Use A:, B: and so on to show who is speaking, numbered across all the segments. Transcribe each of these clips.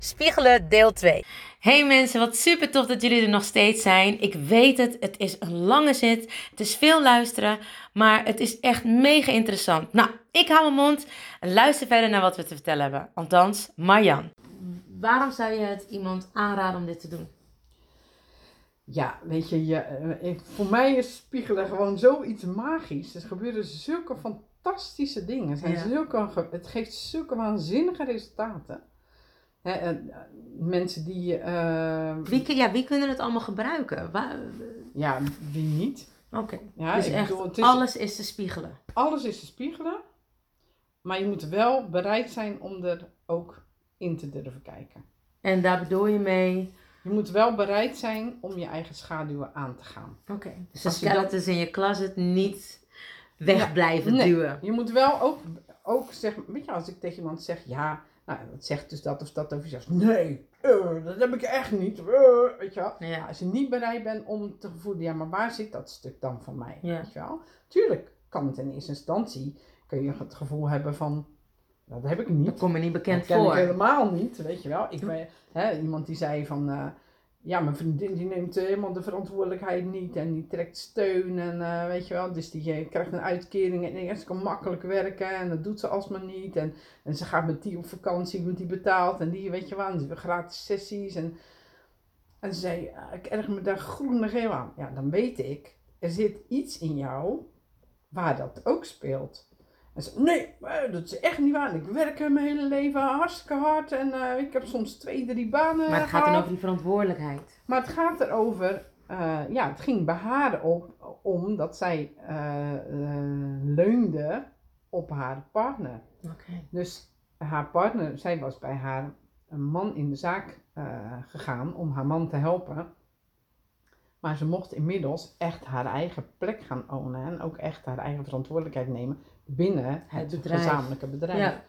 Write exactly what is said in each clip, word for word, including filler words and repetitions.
A: Spiegelen deel twee. Hey mensen, wat super tof dat jullie er nog steeds zijn. Ik weet het, het is een lange zit, het is veel luisteren, maar het is echt mega interessant. Nou, ik hou mijn mond en luister verder naar wat we te vertellen hebben. Althans, Marjan. Waarom zou je het iemand aanraden om dit te doen?
B: Ja, weet je, je eh, voor mij is spiegelen gewoon zoiets magisch. Er gebeuren zulke fantastische dingen. Het, zijn
A: Ja.
B: zulke, het geeft zulke waanzinnige resultaten. Hè, en, eh, mensen die... eh,
A: Wie, ja, wie kunnen het allemaal gebruiken? Waar-
B: ja, wie niet?
A: Oké,
B: Ja,
A: dus
B: ik
A: echt
B: bedoel, het is-
A: alles is te spiegelen.
B: Alles is te spiegelen. Maar je moet wel bereid zijn om er ook in te durven kijken.
A: En daar bedoel je mee?
B: Je moet wel bereid zijn om je eigen schaduwen aan te gaan.
A: Oké, dus de
B: Als je dat-
A: skeletons in je closet niet weg
B: Ja,
A: blijven
B: nee.
A: duwen.
B: Je moet wel ook, ook zeggen, weet je, als ik tegen iemand zeg, ja, nou, dat zegt dus dat of dat over jezelf. Nee, uh, dat heb ik echt niet. Uh, weet je wel.
A: Ja.
B: Als je niet bereid bent om te voelen, ja, maar waar zit dat stuk dan van mij?
A: Ja.
B: Weet je wel. Tuurlijk kan het in eerste instantie, kun je het gevoel hebben van, dat heb ik niet.
A: Dat komt me niet bekend
B: Dat ken
A: voor.
B: ik helemaal niet, weet je wel. Ik ben, hè, iemand die zei van, uh, ja, mijn vriendin die neemt uh, helemaal de verantwoordelijkheid niet en die trekt steun en uh, weet je wel. Dus die uh, krijgt een uitkering en ja, ze kan makkelijk werken en dat doet ze alsmaar niet. En, en ze gaat met die op vakantie, met die betaalt en die, weet je wel, en ze heeft gratis sessies. En, en ze zei, uh, ik erg me daar groen en geel aan. Ja, dan weet ik, er zit iets in jou waar dat ook speelt. En ze, nee, dat is echt niet waar. Ik werk mijn hele leven hartstikke hard en uh, ik heb soms twee, drie banen
A: Maar het gaat
B: gehad.
A: dan over die verantwoordelijkheid.
B: Maar het gaat erover, uh, ja, het ging bij haar op, om dat zij uh, uh, leunde op haar partner.
A: Okay.
B: Dus haar partner, zij was bij haar een man in de zaak uh, gegaan om haar man te helpen. Maar ze mocht inmiddels echt haar eigen plek gaan ownen en ook echt haar eigen verantwoordelijkheid nemen binnen het,
A: Het bedrijf.
B: gezamenlijke bedrijf.
A: Ja.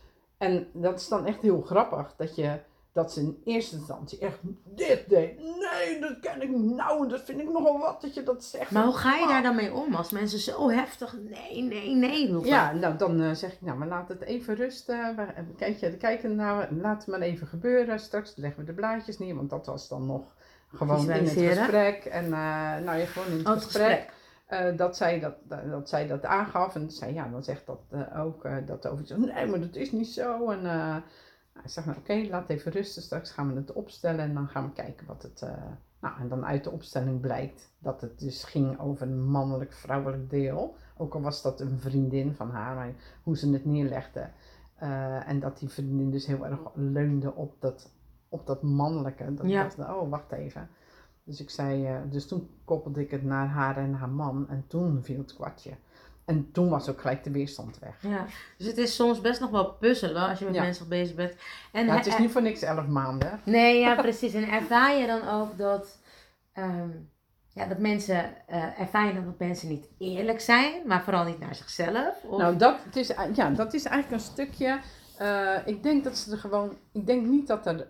B: En dat is dan echt heel grappig, dat, je, dat ze in eerste instantie echt dit deed. Nee, dat ken ik nou, dat vind ik nogal wat dat je dat zegt.
A: Maar hoe ga je daar dan mee om als mensen zo heftig nee, nee, nee roepen?
B: Ja, nou dan uh, zeg ik, nou maar laat het even rusten. We, kijk je, kijken naar, laat het maar even gebeuren. Straks leggen we de blaadjes neer, want dat was dan nog gewoon in het gesprek. En uh, nou ja, gewoon in het
A: oh, het
B: gesprek.
A: gesprek.
B: Uh, dat, zij dat, uh, dat zij dat aangaf en zei, ja, dan zegt dat uh, ook uh, dat over iets. Nee, maar dat is niet zo. En uh, nou, ik zeg, nou, oké, okay, laat even rusten. Straks gaan we het opstellen en dan gaan we kijken wat het. Uh, nou, en dan uit de opstelling blijkt dat het dus ging over een mannelijk-vrouwelijk deel. Ook al was dat een vriendin van haar, maar hoe ze het neerlegde. Uh, en dat die vriendin dus heel erg leunde op dat, op dat mannelijke. Dat
A: Ja.
B: dacht, oh, wacht even. Dus ik zei, uh, dus toen koppelde ik het naar haar en haar man en toen viel het kwartje. En toen was ook gelijk de weerstand weg.
A: Ja, dus het is soms best nog wel puzzelen als je met
B: Ja.
A: mensen bezig bent. En
B: Ja, het is
A: er-
B: niet voor niks elf maanden.
A: Nee, ja, precies. En ervaar je dan ook dat, um, ja, dat mensen, uh, ervaar je dan dat mensen niet eerlijk zijn, maar vooral niet naar zichzelf? Of?
B: Nou, dat, het is, ja, dat is eigenlijk een stukje, uh, ik denk dat ze er gewoon, ik denk niet dat er,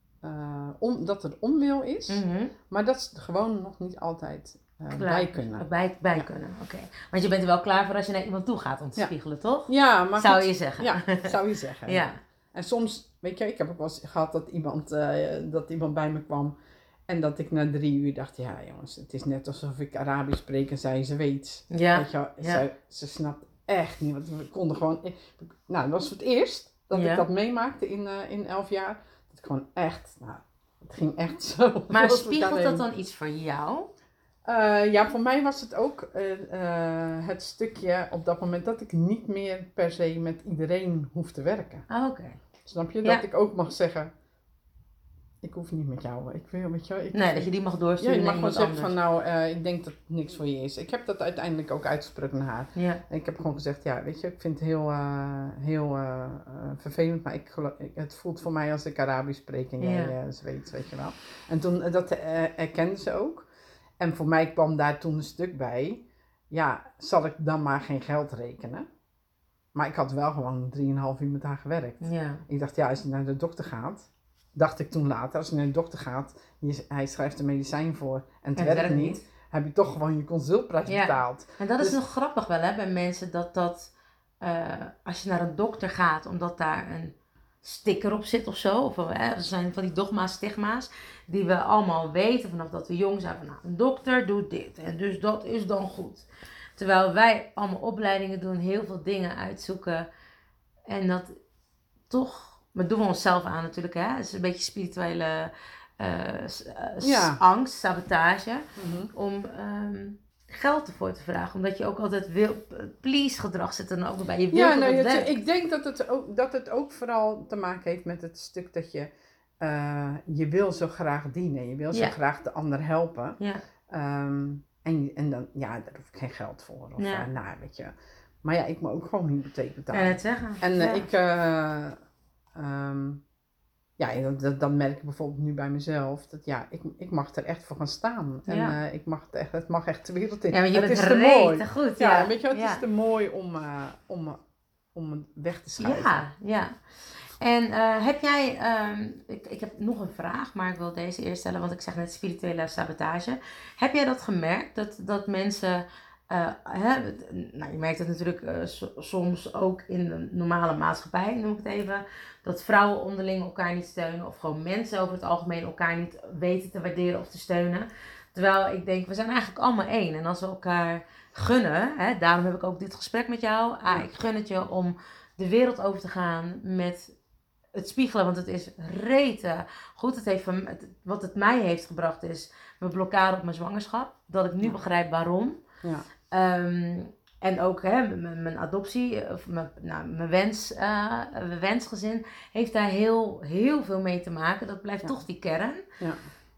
B: uh, on, dat er onwil is,
A: Mm-hmm.
B: maar dat ze er gewoon nog niet altijd uh, bij kunnen.
A: Bij, bij
B: Ja.
A: kunnen, oké. Okay. Want je bent er wel klaar voor als je naar iemand toe gaat om te
B: Ja.
A: spiegelen, toch?
B: Ja, maar
A: zou
B: goed,
A: je zeggen.
B: Ja, zou je zeggen.
A: Ja.
B: En soms, weet je, ik heb ook wel eens gehad dat iemand, uh, dat iemand bij me kwam en dat ik na drie uur dacht, ja jongens, het is net alsof ik Arabisch spreek en zij ze weet.
A: Ja.
B: Weet je wel,
A: Ja.
B: ze, ze snapt echt niet, want we konden gewoon, nou dat was voor het eerst dat
A: Ja.
B: ik dat meemaakte in, uh, in elf jaar, dat ik gewoon echt, nou, het ging echt zo.
A: Maar
B: zoals
A: spiegelt
B: elkaar
A: dat
B: heen.
A: dan iets voor jou?
B: Uh, ja, voor mij was het ook uh, uh, het stukje op dat moment dat ik niet meer per se met iedereen hoef te werken.
A: Oh, oké. Okay.
B: Snap je?
A: Ja.
B: Dat ik ook mag zeggen, ik hoef niet met jou. Ik wil met jou. Ik,
A: Nee, dat je die mag
B: ja,
A: doorsturen
B: je
A: naar
B: mag gewoon
A: iemand
B: zeggen
A: anders.
B: van nou, uh, ik denk dat het niks voor je is. Ik heb dat uiteindelijk ook uitgesproken naar haar.
A: Ja.
B: En ik heb gewoon gezegd, ja, weet je, ik vind het heel, uh, heel uh, uh, vervelend, maar ik geloof, ik, het voelt voor mij als ik Arabisch spreek en jij
A: Ja.
B: uh, Zweeds, weet je wel. En toen, uh, dat uh, erkende ze ook. En voor mij kwam daar toen een stuk bij, ja, zal ik dan maar geen geld rekenen? Maar ik had wel gewoon drieënhalf uur met haar gewerkt.
A: Ja.
B: Ik dacht, ja, als je naar de dokter gaat, dacht ik toen later, als je naar de dokter gaat, je, hij schrijft een medicijn voor en het,
A: En
B: werkt,
A: werkt
B: niet,
A: niet,
B: heb je toch gewoon je consultprijs
A: Ja.
B: betaald.
A: En dat is
B: Dus-
A: nog grappig wel hè, bij mensen, dat dat, uh, als je naar een dokter gaat, omdat daar een sticker op zit of zo. Of hè, er zijn van die dogma's, stigma's, die we allemaal weten vanaf dat we jong zijn. Van, nou, een dokter doet dit en dus dat is dan goed. Terwijl wij allemaal opleidingen doen, heel veel dingen uitzoeken. En dat toch, maar doen we onszelf aan natuurlijk. Hè? Het is een beetje spirituele uh, s- uh, s-
B: Ja.
A: angst, sabotage.
B: Mhm.
A: Om um, geld ervoor te vragen. Omdat je ook altijd wil, please gedrag zit er dan ook nog bij. Je wil
B: Ja,
A: dat
B: nou,
A: het
B: het-
A: werkt.
B: ik denk dat het, ook, dat het ook vooral te maken heeft met het stuk dat je, eh, je wil zo graag dienen. Je wil zo
A: Ja.
B: graag de ander helpen.
A: Ja,
B: Ehm, en, en dan, ja, daar hoef ik geen geld voor. Of,
A: Ja.
B: eh, nou, weet je. Maar ja, ik moet ook gewoon hypotheek
A: kan
B: betalen.
A: je het zeggen.
B: En eh,
A: ja.
B: ik, eh, ehm, ja, dat, dat, dat merk ik bijvoorbeeld nu bij mezelf. Dat ja, ik, ik mag er echt voor gaan staan. En
A: Ja.
B: eh, ik mag het echt, het mag echt de wereld in.
A: Ja, want je
B: het
A: bent
B: is te mooi.
A: rete goed.
B: Ja,
A: Ja,
B: weet je wat, het
A: ja.
B: is te mooi om, uh, om, om het weg te schuiven.
A: Ja, ja. En uh, heb jij, um, ik, ik heb nog een vraag, maar ik wil deze eerst stellen, want ik zeg net spirituele sabotage. Heb jij dat gemerkt, dat, dat mensen, uh, hè, nou je merkt het natuurlijk uh, so, soms ook in de normale maatschappij, noem ik het even, dat vrouwen onderling elkaar niet steunen of gewoon mensen over het algemeen elkaar niet weten te waarderen of te steunen. Terwijl ik denk, we zijn eigenlijk allemaal één en als we elkaar gunnen, hè, daarom heb ik ook dit gesprek met jou, ah, ik gun het je om de wereld over te gaan met het spiegelen, want het is rete goed. Het heeft, het, wat het mij heeft gebracht is mijn blokkade op mijn zwangerschap. Dat ik nu
B: Ja.
A: begrijp waarom.
B: Ja.
A: Um, en ook hè, mijn, mijn adoptie, of mijn, nou, mijn wens, uh, wensgezin, heeft daar heel, heel veel mee te maken. Dat blijft
B: Ja.
A: toch die kern.
B: Ja.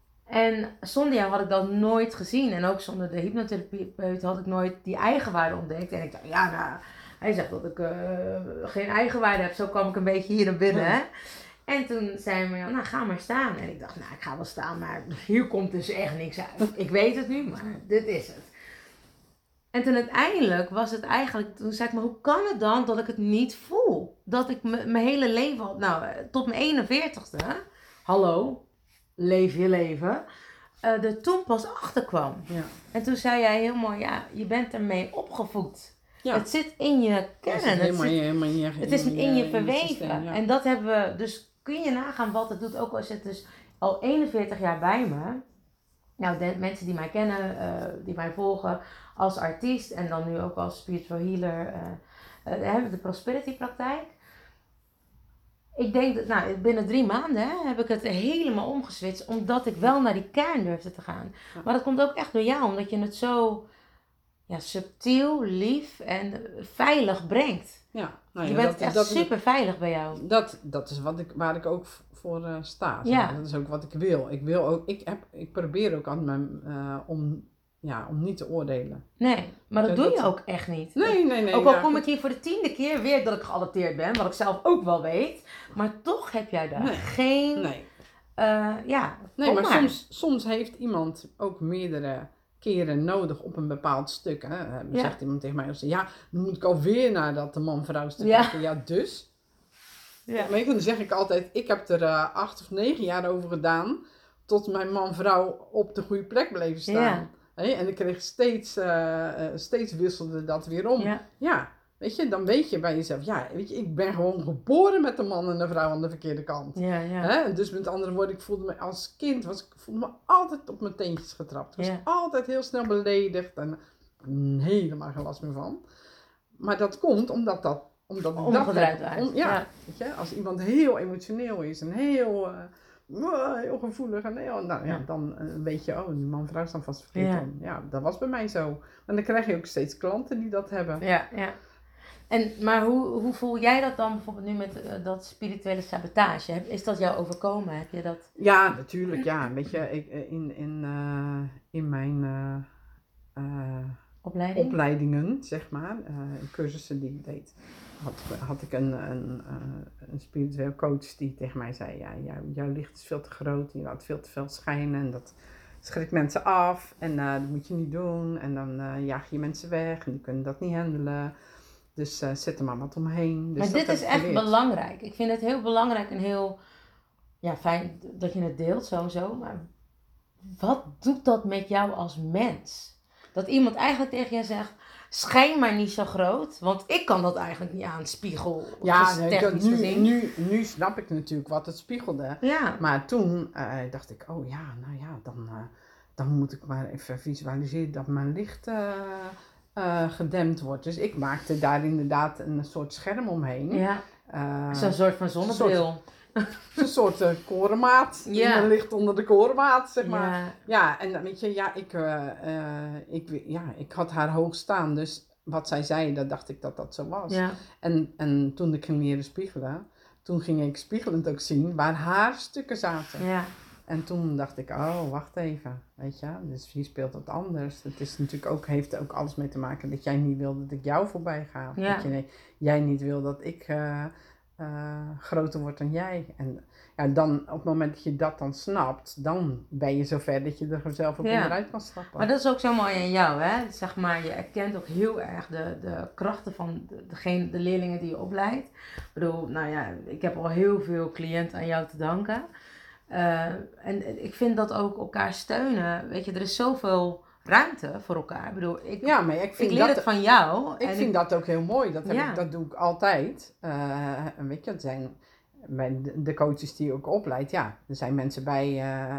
A: En zonder jou had ik dat nooit gezien. En ook zonder de hypnotherapeut had ik nooit die eigenwaarde ontdekt. En ik dacht, ja, nou, hij zegt dat ik uh, geen eigenwaarde heb. Zo kwam ik een beetje hier naar binnen. Hè? En toen zei hij, nou ga maar staan. En ik dacht, nou ik ga wel staan, maar hier komt dus echt niks uit. Ik weet het nu, maar dit is het. En toen uiteindelijk was het eigenlijk, toen zei ik, maar hoe kan het dan dat ik het niet voel? Dat ik mijn hele leven had, nou tot mijn eenenveertigste, hallo, leef je leven, uh, er toen pas achter kwam.
B: Ja.
A: En toen zei jij heel mooi, ja, je bent ermee opgevoed. Ja. Het zit in je kern.
B: Het, helemaal,
A: het, zit,
B: helemaal in je,
A: het is in, in je verweven.
B: systeem, ja.
A: En dat hebben we, dus kun je nagaan wat het doet, ook al is het dus al eenenveertig jaar bij me. Nou, de mensen die mij kennen, uh, die mij volgen als artiest en dan nu ook als spiritual healer, uh, uh, hebben we de prosperity praktijk. Ik denk dat, nou, binnen drie maanden hè, heb ik het helemaal omgeswitcht, omdat ik wel naar die kern durfde te gaan. Ja. Maar dat komt ook echt door jou, omdat je het zo ja, subtiel, lief en veilig brengt.
B: Ja, nou ja,
A: je bent
B: dat,
A: echt
B: dat,
A: super veilig bij jou.
B: Dat, dat is wat ik, waar ik ook voor uh, sta.
A: Ja.
B: Dat is ook wat ik wil. Ik, wil ook, ik, heb, ik probeer ook aan mijn, uh, om, ja, om niet te oordelen.
A: Nee, maar dat
B: ja,
A: doe
B: dat,
A: je ook echt niet.
B: Nee, nee, nee.
A: Ook al
B: ja,
A: kom
B: goed.
A: ik hier voor de tiende keer weer dat ik geadopteerd ben, wat ik zelf ook wel weet. Maar toch heb jij daar
B: nee.
A: geen...
B: Nee,
A: uh, ja,
B: nee maar,
A: maar.
B: Soms, soms heeft iemand ook meerdere keren nodig op een bepaald stuk. Hè. Dan ja. zegt iemand tegen mij, ja, dan moet ik alweer naar dat de man-vrouw stuk
A: ja.
B: kijken. Ja, dus...
A: Ja.
B: Maar dan zeg ik altijd, ik heb er uh, acht of negen jaar over gedaan, tot mijn man-vrouw op de goede plek bleef staan.
A: Ja.
B: Hey, en ik kreeg steeds, uh, uh, steeds wisselde dat weer om.
A: Ja.
B: ja, weet je, dan weet je bij jezelf, ja, weet je, ik ben gewoon geboren met een man en een vrouw aan de verkeerde kant.
A: Ja, ja.
B: Hè? Dus met andere woorden, ik voelde me als kind, was, ik voelde me altijd op mijn teentjes getrapt. Ik was
A: Ja.
B: altijd heel snel beledigd en helemaal geen last meer van. Maar dat komt omdat dat omdat ik
A: omgedraaid
B: dat
A: heb,
B: om, ja,
A: ja.
B: Weet je, als iemand heel emotioneel is en heel, uh, heel gevoelig en heel, nou ja, ja. dan uh, weet je, oh, die man-vrouw staan vast verkeerd ja. om. Ja, dat was bij mij zo. En dan krijg je ook steeds klanten die dat hebben.
A: Ja, ja. En, maar hoe, hoe voel jij dat dan bijvoorbeeld nu met uh, dat spirituele sabotage? Is dat jou overkomen? Heb je dat?
B: Ja, natuurlijk, ja. Weet je, ik, in, in, uh, in mijn uh, uh,
A: Opleiding?
B: opleidingen, zeg maar, uh, cursussen die ik deed, had, had ik een, een, uh, een spiritueel coach die tegen mij zei, ja, jou, jouw licht is veel te groot, je laat veel te veel schijnen en dat schrikt mensen af en uh, dat moet je niet doen en dan uh, jaag je mensen weg en die kunnen dat niet handelen. Dus uh, zet er maar wat omheen. Dus
A: maar dit is echt belangrijk. Ik vind het heel belangrijk en heel ja, fijn dat je het deelt sowieso. Maar wat doet dat met jou als mens? Dat iemand eigenlijk tegen je zegt, schijn maar niet zo groot. Want ik kan dat eigenlijk niet aan spiegel.
B: Ja, nee,
A: technisch
B: nu,
A: gezien.
B: nu, nu snap ik natuurlijk wat het spiegelde.
A: Ja.
B: Maar toen uh, dacht ik, oh ja, nou ja, dan, uh, dan moet ik maar even visualiseren dat mijn licht uh, uh, gedempt wordt. Dus ik maakte daar inderdaad een soort scherm omheen.
A: Ja. Uh, Zo'n soort van zonnebril.
B: Een soort uh, korenmaat. Ja. Mijn licht onder de korenmaat, zeg maar. Ja, ja en weet je, ja ik, uh, uh, ik, ja, ik had haar hoog staan. Dus wat zij zei, dat dacht ik dat dat zo was. Ja. En, en toen ik ging leren spiegelen, toen ging ik spiegelend ook zien waar haar stukken zaten. Ja. En toen dacht ik, oh, wacht even, weet je, dus hier speelt het anders. Het is natuurlijk ook, heeft ook alles mee te maken dat jij niet wil dat ik jou voorbij ga. Ja. Dat je, nee, jij niet wil dat ik uh, uh, groter word dan jij. En ja, dan op het moment dat je dat dan snapt, dan ben je zover dat je er zelf ook ja. onderuit kan stappen.
A: Maar dat is ook zo mooi aan jou, hè? Zeg maar, je erkent ook heel erg de, de krachten van de, degene, de leerlingen die je opleidt. Ik bedoel, nou ja, ik heb al heel veel cliënten aan jou te danken. Uh, en ik vind dat ook elkaar steunen, weet je, er is zoveel ruimte voor elkaar. Ik bedoel, ik,
B: ja, maar ik, vind
A: ik leer
B: dat,
A: het van jou.
B: Ik
A: en
B: vind
A: ik,
B: dat ook heel mooi, dat, heb
A: ja.
B: ik, dat doe ik altijd. Uh, en weet je, het zijn de coaches die ik ook opleid, ja, er zijn mensen bij uh, uh,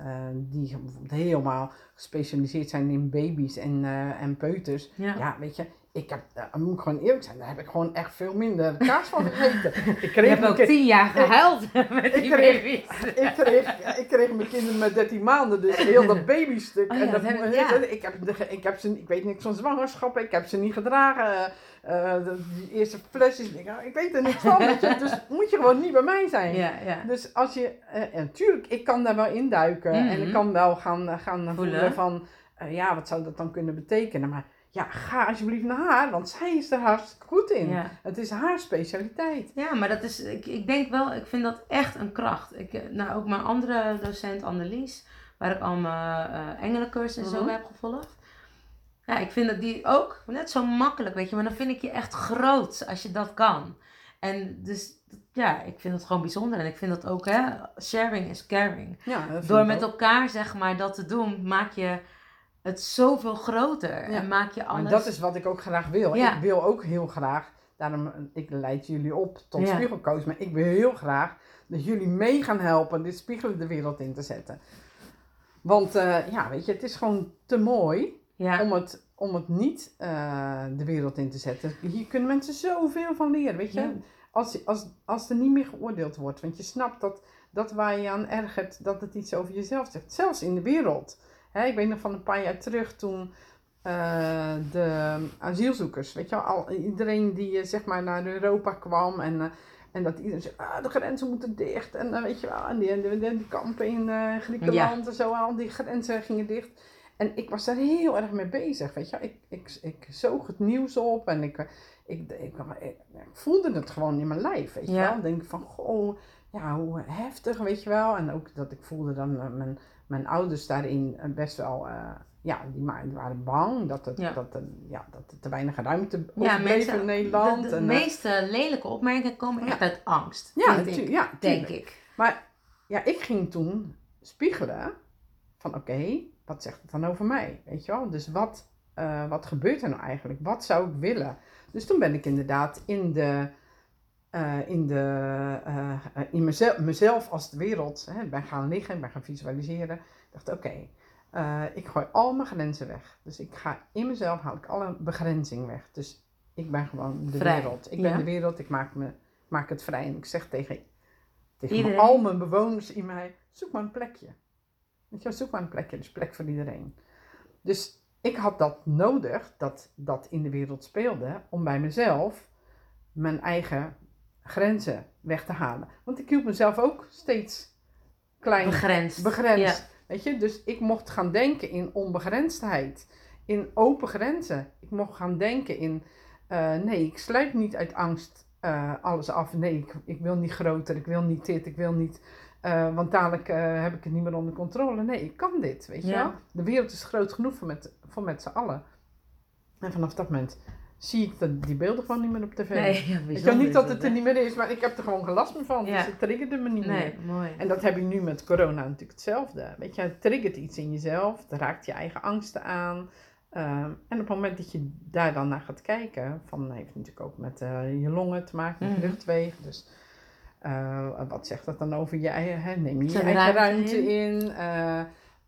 B: die helemaal gespecialiseerd zijn in baby's en, uh, en peuters. Ja. ja, weet je, ik heb, uh, moet ik gewoon eerlijk zijn, daar heb ik gewoon echt veel minder kaas van gegeten. Ik kreeg
A: je hebt ook tien jaar gehuild ik, met die
B: ik kreeg,
A: baby's.
B: Ik kreeg, ja, ik kreeg mijn kinderen met dertien maanden, dus heel dat babystuk.
A: Oh ja,
B: en dat,
A: dat heb, ja.
B: ik, heb, ik, heb ze, ik weet niks van zwangerschappen, ik heb ze niet gedragen. Uh, de, die eerste flesjes, ik, ik weet er niks van, weet je, dus moet je gewoon niet bij mij zijn.
A: Ja, ja.
B: Dus als je, uh, natuurlijk, ik kan daar wel induiken mm-hmm. en ik kan wel gaan, gaan voelen. voelen van, uh, ja, wat zou dat dan kunnen betekenen, maar ja, ga alsjeblieft naar haar, want zij is er hartstikke goed in. Ja. Het is haar specialiteit.
A: Ja, maar dat is, ik, ik denk wel, ik vind dat echt een kracht. Ik, nou, ook mijn andere docent Annelies, waar ik al mijn uh, engelencursus en mm-hmm. zo heb gevolgd. Ja, ik vind dat die ook net zo makkelijk, weet je, maar dan vind ik je echt groot als je dat kan. En dus, ja, ik vind het gewoon bijzonder. En ik vind dat ook, hè, sharing is caring.
B: Ja,
A: door met ook. elkaar, zeg maar, dat te doen, maak je het zoveel groter. Ja. En maak je alles...
B: Maar dat is wat ik ook graag wil. Ja. Ik wil ook heel graag, daarom, ik leid jullie op tot ja. spiegelcoach, maar ik wil heel graag dat jullie mee gaan helpen dit spiegelen de wereld in te zetten. Want, uh, ja, weet je, het is gewoon te mooi... Ja. Om, het, om het niet uh, de wereld in te zetten. Hier kunnen mensen zoveel van leren, weet je. Ja. Als, als, als er niet meer geoordeeld wordt. Want je snapt dat, dat waar je aan ergert, dat het iets over jezelf zegt. Zelfs in de wereld. Hè, ik weet nog van een paar jaar terug toen uh, de asielzoekers, weet je wel. Al, iedereen die uh, zeg maar naar Europa kwam en... Uh, En dat iedereen zei, ah, de grenzen moeten dicht. En uh, weet je wel, en die, die, die, die kampen in uh, Griekenland ja. en zo, al die grenzen gingen dicht. En ik was daar heel erg mee bezig, weet je. Ik, ik, ik zoog het nieuws op en ik, ik, ik, ik, ik voelde het gewoon in mijn lijf, weet je ja. wel. Dan denk ik van, goh, ja, hoe heftig, weet je wel. En ook dat ik voelde dan uh, mijn, mijn ouders daarin best wel, uh, ja, die, die waren bang dat, het, ja. dat, uh, ja, dat er te weinig ruimte
A: ja,
B: bleef in Nederland.
A: De, de
B: en,
A: meeste lelijke opmerkingen komen echt ja. uit angst,
B: ja,
A: denk, ik,
B: ja,
A: denk ik.
B: Maar ja, ik ging toen spiegelen van oké, okay, wat zegt het dan over mij, weet je wel? Dus wat, uh, wat gebeurt er nou eigenlijk? Wat zou ik willen? Dus toen ben ik inderdaad in de, uh, in de, uh, in mezelf, mezelf als de wereld, hè, ben gaan liggen, ben gaan visualiseren. Ik dacht, oké, okay, uh, ik gooi al mijn grenzen weg. Dus ik ga in mezelf, haal ik alle begrenzing weg. Dus ik ben gewoon de vrij. wereld. Ik ben ja. de wereld, ik maak, me, maak het vrij. En ik zeg tegen, tegen al mijn bewoners in mij, zoek maar een plekje. Weet je, zoek maar een plekje, dus plek voor iedereen. Dus ik had dat nodig, dat dat in de wereld speelde, om bij mezelf mijn eigen grenzen weg te halen. Want ik hield mezelf ook steeds klein,
A: begrensd.
B: begrensd
A: Ja.
B: Weet je, dus ik mocht gaan denken in onbegrensdheid, in open grenzen. Ik mocht gaan denken in, uh, nee, ik sluit niet uit angst uh, alles af. Nee, ik, ik wil niet groter, ik wil niet dit, ik wil niet... Uh, want dadelijk uh, heb ik het niet meer onder controle. Nee, ik kan dit, weet je ja. wel. De wereld is groot genoeg voor met, voor met z'n allen. En vanaf dat moment zie ik dat die beelden gewoon niet meer op tv.
A: Nee, ja,
B: ik weet niet dat het er niet meer is, maar ik heb er gewoon geen last meer van. Ja. Dus het triggerde me niet
A: nee,
B: meer.
A: Mooi.
B: En dat heb je nu met corona natuurlijk hetzelfde. Weet je, het triggert iets in jezelf. Het raakt je eigen angsten aan. Um, en op het moment dat je daar dan naar gaat kijken, van heeft natuurlijk ook met uh, je longen te maken, met je
A: Mhm.
B: luchtwegen. Dus uh, wat zegt dat dan over je eigen, hè? Neem je je
A: Zet er
B: eigen
A: ruimte
B: ruimte in. Uh,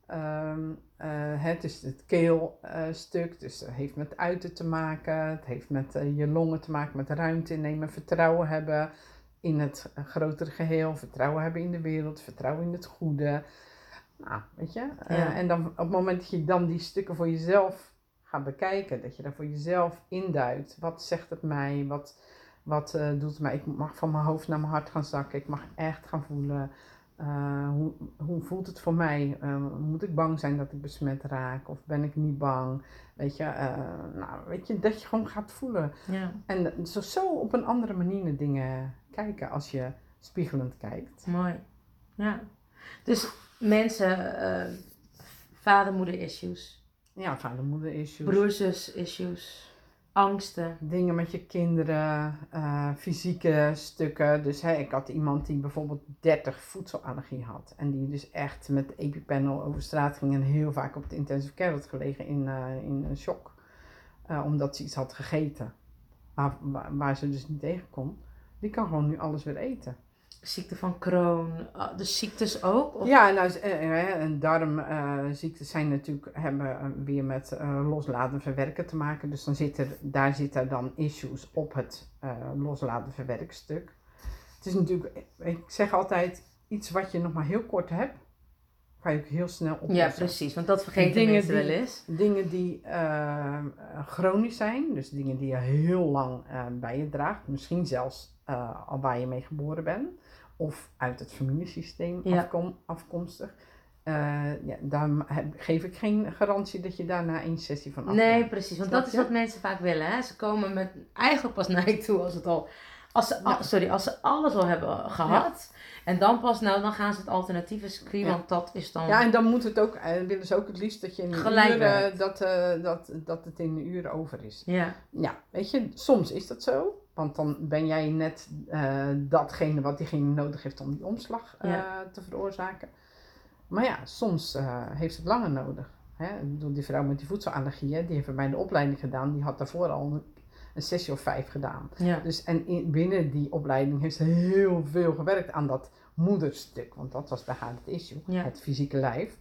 B: um, uh, het is het keelstuk, uh, dus het heeft met uiten te maken. Het heeft met uh, je longen te maken, met ruimte innemen, vertrouwen hebben in het uh, grotere geheel, vertrouwen hebben in de wereld, vertrouwen in het goede. Nou, weet je. Uh,
A: Ja.
B: En dan op het moment dat je dan die stukken voor jezelf gaat bekijken, dat je daar voor jezelf induikt. Wat zegt het mij? Wat, wat uh, doet het mij? Ik mag van mijn hoofd naar mijn hart gaan zakken. Ik mag echt gaan voelen. Uh, hoe, hoe voelt het voor mij? Uh, moet ik bang zijn dat ik besmet raak? Of ben ik niet bang? Weet je, uh, nou, weet je, dat je gewoon gaat voelen.
A: Ja.
B: En zo, zo op een andere manier naar dingen kijken als je spiegelend kijkt.
A: Mooi. Ja. Dus mensen, uh, vader-moeder issues.
B: Ja, vader-moeder issues.
A: Broer-zus issues. Angsten.
B: Dingen met je kinderen, uh, fysieke stukken. Dus hè, ik had iemand die bijvoorbeeld dertig voedselallergie had. En die dus echt met EpiPen over straat ging en heel vaak op de intensive care had gelegen in, uh, in een shock. Uh, omdat ze iets had gegeten. Maar waar, waar ze dus niet tegen kon. Die kan gewoon nu alles weer eten.
A: Ziekte van Crohn, de ziektes ook? Of?
B: Ja, nou, en darmziektes zijn natuurlijk, hebben weer met uh, loslaten verwerken te maken. Dus dan zit er, daar zitten dan issues op het uh, loslaten verwerkstuk. Het is natuurlijk, ik zeg altijd, iets wat je nog maar heel kort hebt, kan je ook heel snel oplossen.
A: Ja, precies, want dat vergeten dingen mensen
B: die,
A: wel eens.
B: Dingen die uh, chronisch zijn, dus dingen die je heel lang uh, bij je draagt. Misschien zelfs uh, al waar je mee geboren bent. Of uit het familiesysteem
A: ja.
B: afkom, afkomstig. Uh, ja, daar heb, geef ik geen garantie dat je daar na één sessie van afgaat.
A: Nee, precies. Want Snap dat je? is wat mensen vaak willen. Hè? Ze komen met eigenlijk pas naar je toe als het al... Als ze, ja. sorry, als ze alles al hebben gehad. Ja. En dan pas, nou, dan gaan ze het alternatieve circuit, ja. want dat is dan...
B: Ja, en dan moet het ook, uh, willen ze ook het liefst dat je in een uur, uh, dat, uh, dat, dat het in een uur over is.
A: Ja.
B: Ja, weet je, soms is dat zo. Want dan ben jij net uh, datgene wat diegene nodig heeft om die omslag uh, ja. te veroorzaken. Maar ja, soms uh, heeft het langer nodig. Hè? Ik bedoel, die vrouw met die voedselallergieën, die heeft bij mij de opleiding gedaan. Die had daarvoor al een, een sessie of vijf gedaan.
A: Ja.
B: Dus, en in, binnen die opleiding heeft ze heel veel gewerkt aan dat moederstuk. Want dat was bij haar het issue, ja. het fysieke lijf.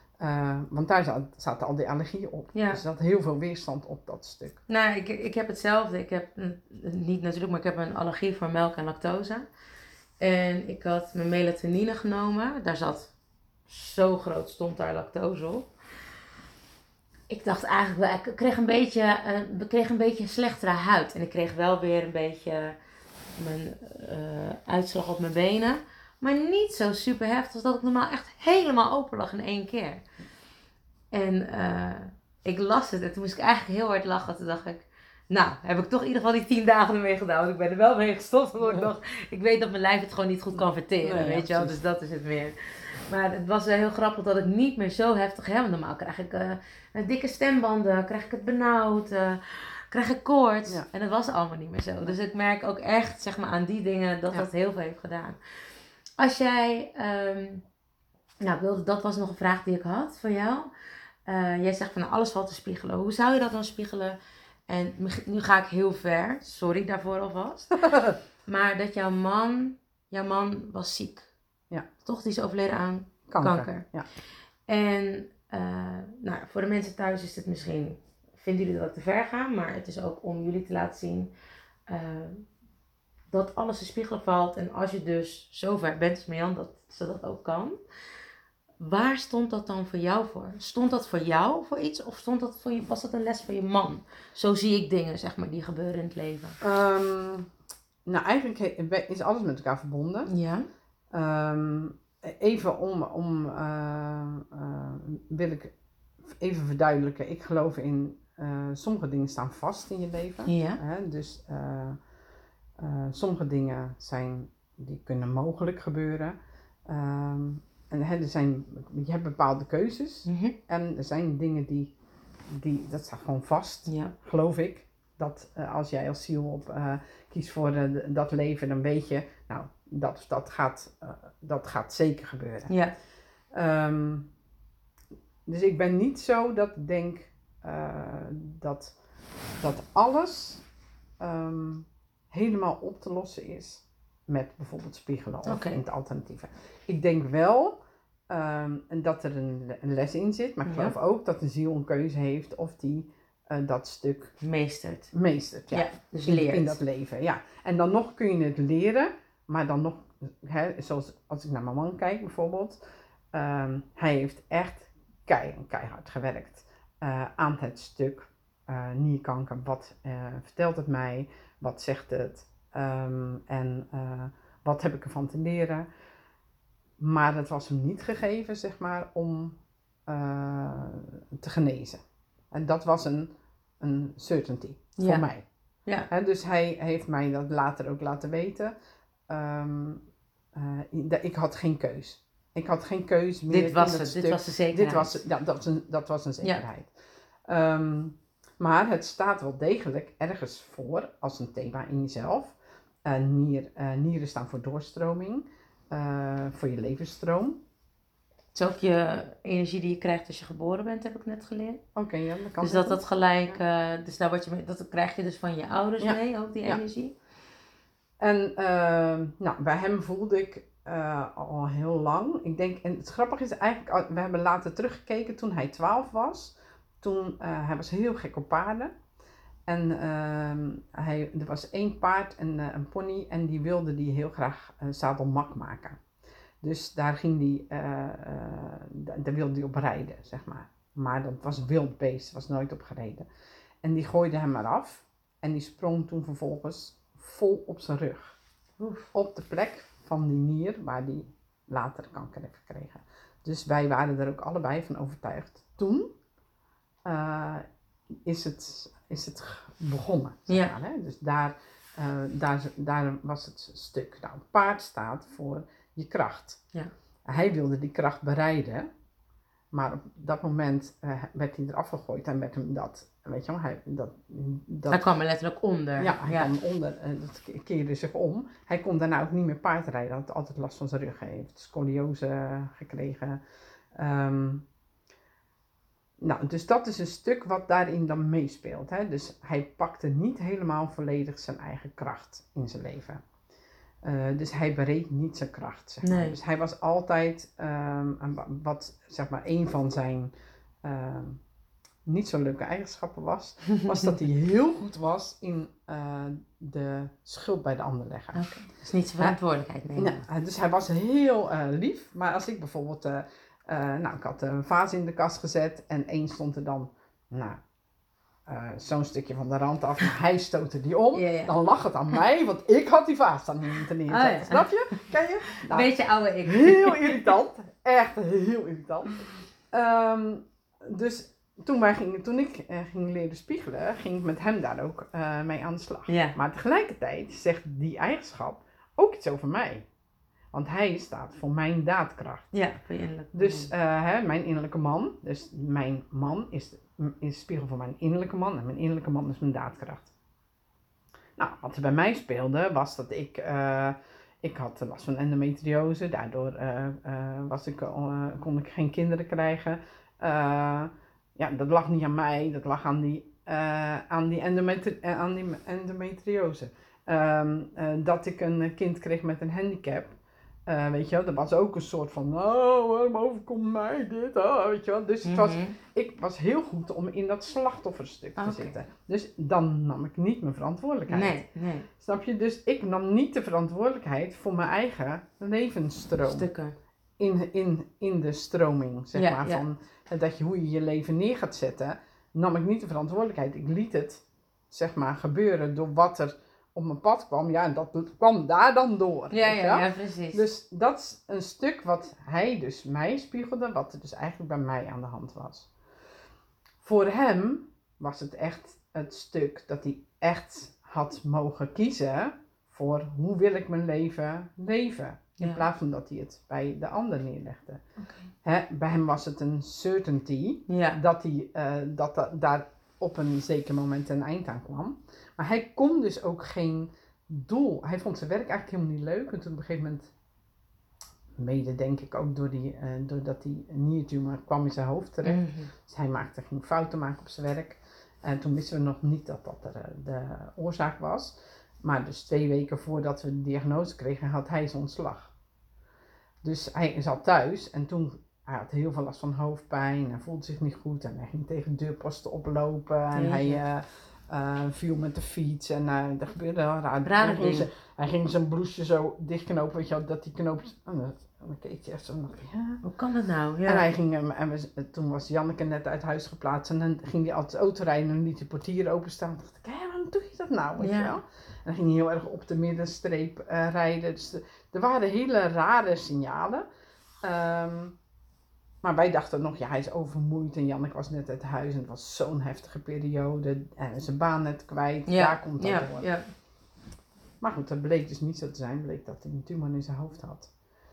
B: Uh, want daar zat, zaten al die allergieën op.
A: Ja.
B: Dus er zat heel veel weerstand op dat stuk.
A: Nou, ik, ik heb hetzelfde. Ik heb, niet natuurlijk, maar ik heb een allergie voor melk en lactose. En ik had mijn melatonine genomen. Daar zat, zo groot stond daar lactose op. Ik dacht eigenlijk, ik kreeg een beetje, uh, ik kreeg een beetje een slechtere huid. En ik kreeg wel weer een beetje mijn uh, uitslag op mijn benen. Maar niet zo super heftig als dat ik normaal echt helemaal open lag in één keer. En uh, ik las het en toen moest ik eigenlijk heel hard lachen. Toen dacht ik, nou, heb ik toch in ieder geval die tien dagen ermee gedaan. Want ik ben er wel mee gestopt. Omdat ik dacht, ik weet dat mijn lijf het gewoon niet goed kan verteren. Nee, weet ja, je wel, dus dat is het meer. Maar het was wel heel grappig dat ik niet meer zo heftig heb. Want normaal krijg ik uh, dikke stembanden, krijg ik het benauwd, uh, krijg ik koorts. Ja. En dat was allemaal niet meer zo. Dus ik merk ook echt, zeg maar, aan die dingen dat ja. dat heel veel heeft gedaan. Als jij, um, nou wilde, dat was nog een vraag die ik had van jou. Uh, jij zegt van nou, alles valt te spiegelen. Hoe zou je dat dan spiegelen? En nu ga ik heel ver, sorry daarvoor alvast. Maar dat jouw man, jouw man was ziek.
B: Ja.
A: Toch? Die is overleden aan
B: kanker.
A: kanker.
B: Ja.
A: En uh, nou, voor de mensen thuis is het misschien, vinden jullie dat ik te ver ga. Maar het is ook om jullie te laten zien uh, dat alles te spiegelen valt. En als je dus zo ver bent als Marjan, dat ze dat ook kan. Waar stond dat dan voor jou voor? Stond dat voor jou voor iets? Of stond dat voor je, was dat een les voor je man? Zo zie ik dingen, zeg maar, die gebeuren in het leven.
B: Um, nou, eigenlijk is alles met elkaar verbonden.
A: Ja.
B: Um, even om, om uh, uh, wil ik even verduidelijken. Ik geloof in, uh, sommige dingen staan vast in je leven.
A: Ja.
B: Hè? Dus uh, uh, sommige dingen zijn, die kunnen mogelijk gebeuren. Um, En hè, er zijn, je hebt bepaalde keuzes.
A: Mm-hmm.
B: En er zijn dingen die, die dat staat gewoon vast,
A: ja.
B: geloof ik. Dat uh, als jij als ziel op, uh, kiest voor uh, dat leven, dan weet je, nou, dat, dat, gaat, uh, dat gaat zeker gebeuren.
A: Ja.
B: Um, dus ik ben niet zo dat ik denk, uh, dat, dat alles um, helemaal op te lossen is met bijvoorbeeld spiegelen of
A: Okay.
B: in het alternatieve. Ik denk wel um, dat er een, een les in zit, maar ik geloof ja. ook dat de ziel een keuze heeft of die uh, dat stuk
A: meestert.
B: Meestert, ja.
A: ja dus
B: in,
A: leert.
B: in dat leven, ja. En dan nog kun je het leren, maar dan nog, hè, zoals als ik naar mijn man kijk bijvoorbeeld, um, hij heeft echt kei, keihard gewerkt uh, aan het stuk uh, nierkanker. Wat uh, vertelt het mij? Wat zegt het? Um, en uh, wat heb ik ervan te leren? Maar het was hem niet gegeven, zeg maar, om uh, te genezen. En dat was een, een certainty voor
A: ja.
B: mij.
A: Ja.
B: He, dus hij heeft mij dat later ook laten weten. Um, uh, ik had geen keus. Ik had geen keus meer.
A: Dit was
B: in
A: het,
B: stuk.
A: dit was de zekerheid.
B: Dit was, ja, dat, was een, dat was een zekerheid. Ja. Um, maar het staat wel degelijk ergens voor als een thema in jezelf. Uh, nier, uh, nieren staan voor doorstroming, uh, voor je levensstroom.
A: Het is ook je energie die je krijgt als je geboren bent, heb ik net geleerd.
B: Oké, okay, ja, dat kan.
A: Dus dat dat gelijk, uh, dus daar word je mee, dat krijg je dus van je ouders ja. mee, ook die
B: ja.
A: energie.
B: En uh, nou, bij hem voelde ik uh, al heel lang. Ik denk, en het grappige is eigenlijk, we hebben later teruggekeken toen hij twaalf was. Toen, uh, hij was heel gek op paarden. En uh, hij, er was één paard en uh, een pony en die wilde die heel graag uh, zadelmak maken. Dus daar ging die, uh, uh, daar wilde hij op rijden, zeg maar. Maar dat was een wild beest, was nooit op gereden. En die gooide hem maar af en die sprong toen vervolgens vol op zijn rug. Oef. Op de plek van die nier waar die later kanker heeft gekregen. Dus wij waren er ook allebei van overtuigd. Toen uh, is, het, is het begonnen. Zeg
A: ja.
B: maar, hè? Dus daar, uh, daar, daar was het stuk. Nou, een paard staat voor je kracht.
A: Ja.
B: Hij wilde die kracht bereiden. Maar op dat moment uh, werd hij eraf gegooid en werd hem dat, weet je wel, hij, dat, dat...
A: Hij kwam er letterlijk onder.
B: Ja, hij
A: ja.
B: kwam onder en dat keerde zich om. Hij kon daarna ook niet meer paardrijden, hij had altijd last van zijn rug. Hij heeft scoliose gekregen. Um, nou, dus dat is een stuk wat daarin dan meespeelt. Hè? Dus hij pakte niet helemaal volledig zijn eigen kracht in zijn leven. Uh, dus hij bereed niet zijn kracht, zeg maar.
A: Nee.
B: Dus hij was altijd, um, wat zeg maar een van zijn um, niet zo leuke eigenschappen was, was dat hij heel goed was in uh, de schuld bij de ander leggen.
A: Okay. Dus niet zijn verantwoordelijkheid nemen.
B: Nou, dus hij was heel uh, lief, maar als ik bijvoorbeeld, uh, uh, nou ik had een vaas in de kast gezet en één stond er dan, nou... Uh, zo'n stukje van de rand af, maar hij stootte die om, ja, ja. Dan lag het aan mij, want ik had die vaas dan niet neergezet. Oh, ja. Snap je? Ken je?
A: Nou, beetje oude ik.
B: Heel irritant, echt heel irritant. Um, dus toen, wij gingen, toen ik uh, ging leren spiegelen, ging ik met hem daar ook uh, mee aan de slag.
A: Ja.
B: Maar tegelijkertijd zegt die eigenschap ook iets over mij. Want hij staat voor mijn daadkracht.
A: Ja, voor je innerlijke man.
B: Dus uh, hè, mijn innerlijke man, dus mijn man is, is de spiegel van mijn innerlijke man en mijn innerlijke man is mijn daadkracht. Nou, wat er bij mij speelde was dat ik, uh, ik had last van endometriose, daardoor uh, uh, was ik, uh, kon ik geen kinderen krijgen. Uh, ja, dat lag niet aan mij, dat lag aan die, uh, aan die, endometri- uh, aan die endometriose. Um, uh, dat ik een kind kreeg met een handicap. Uh, weet je wel, dat was ook een soort van, oh, waarom overkomt mij dit? Oh, weet je wel. Dus het was, mm-hmm. ik was heel goed om in dat slachtofferstuk te okay. zitten. Dus dan nam ik niet mijn verantwoordelijkheid.
A: Nee, nee.
B: Snap je? Dus ik nam niet de verantwoordelijkheid voor mijn eigen levensstroom.
A: Stukken.
B: In, in, in de stroming, zeg
A: ja,
B: maar,
A: ja.
B: van dat je, hoe je je leven neer gaat zetten, nam ik niet de verantwoordelijkheid. Ik liet het, zeg maar, gebeuren door wat er op mijn pad kwam, ja, en dat kwam daar dan door.
A: Ja, ja, ja, precies.
B: Dus dat is een stuk wat hij dus mij spiegelde, wat er dus eigenlijk bij mij aan de hand was. Voor hem was het echt het stuk dat hij echt had mogen kiezen voor hoe wil ik mijn leven leven. In ja. plaats van dat hij het bij de ander neerlegde. Okay. Hè, bij hem was het een certainty ja. dat hij uh, dat, dat daar op een zeker moment een eind aan kwam. Maar hij kon dus ook geen doel. Hij vond zijn werk eigenlijk helemaal niet leuk. En toen op een gegeven moment mede denk ik ook door die, uh, doordat die niertumor kwam in zijn hoofd terecht.
A: Mhm.
B: Dus hij maakte, ging fouten maken op zijn werk. En toen wisten we nog niet dat dat er, uh, de oorzaak was. Maar dus twee weken voordat we de diagnose kregen, had hij zijn ontslag. Dus hij zat thuis en toen, hij had heel veel last van hoofdpijn. Hij voelde zich niet goed en hij ging tegen deurposten oplopen. En
A: Jeetje.
B: hij uh, uh, viel met de fiets en uh, er gebeurde heel raar.
A: Rare
B: hij, ging
A: dingen.
B: ze, hij ging zijn blouseje zo dichtknopen, weet je wel, dat die knoop... Oh, dat, en dan keek hij echt zo en dacht ik, ja.
A: Hoe kan dat nou? Ja.
B: En, hij ging, um, en we, toen was Janneke net uit huis geplaatst en dan ging hij altijd auto rijden en liet de portier openstaan. En dacht ik, hé, waarom doe je dat nou, weet
A: Ja.
B: je wel? En dan ging hij heel erg op de middenstreep uh, rijden. Dus de, er waren hele rare signalen. Um, maar wij dachten nog, ja, hij is overmoeid en Janneke was net uit huis en het was zo'n heftige periode. En zijn baan net kwijt,
A: Ja.
B: daar komt dat
A: Ja.
B: door.
A: Ja.
B: Maar goed, dat bleek dus niet zo te zijn. Bleek dat hij een tumor in zijn hoofd had.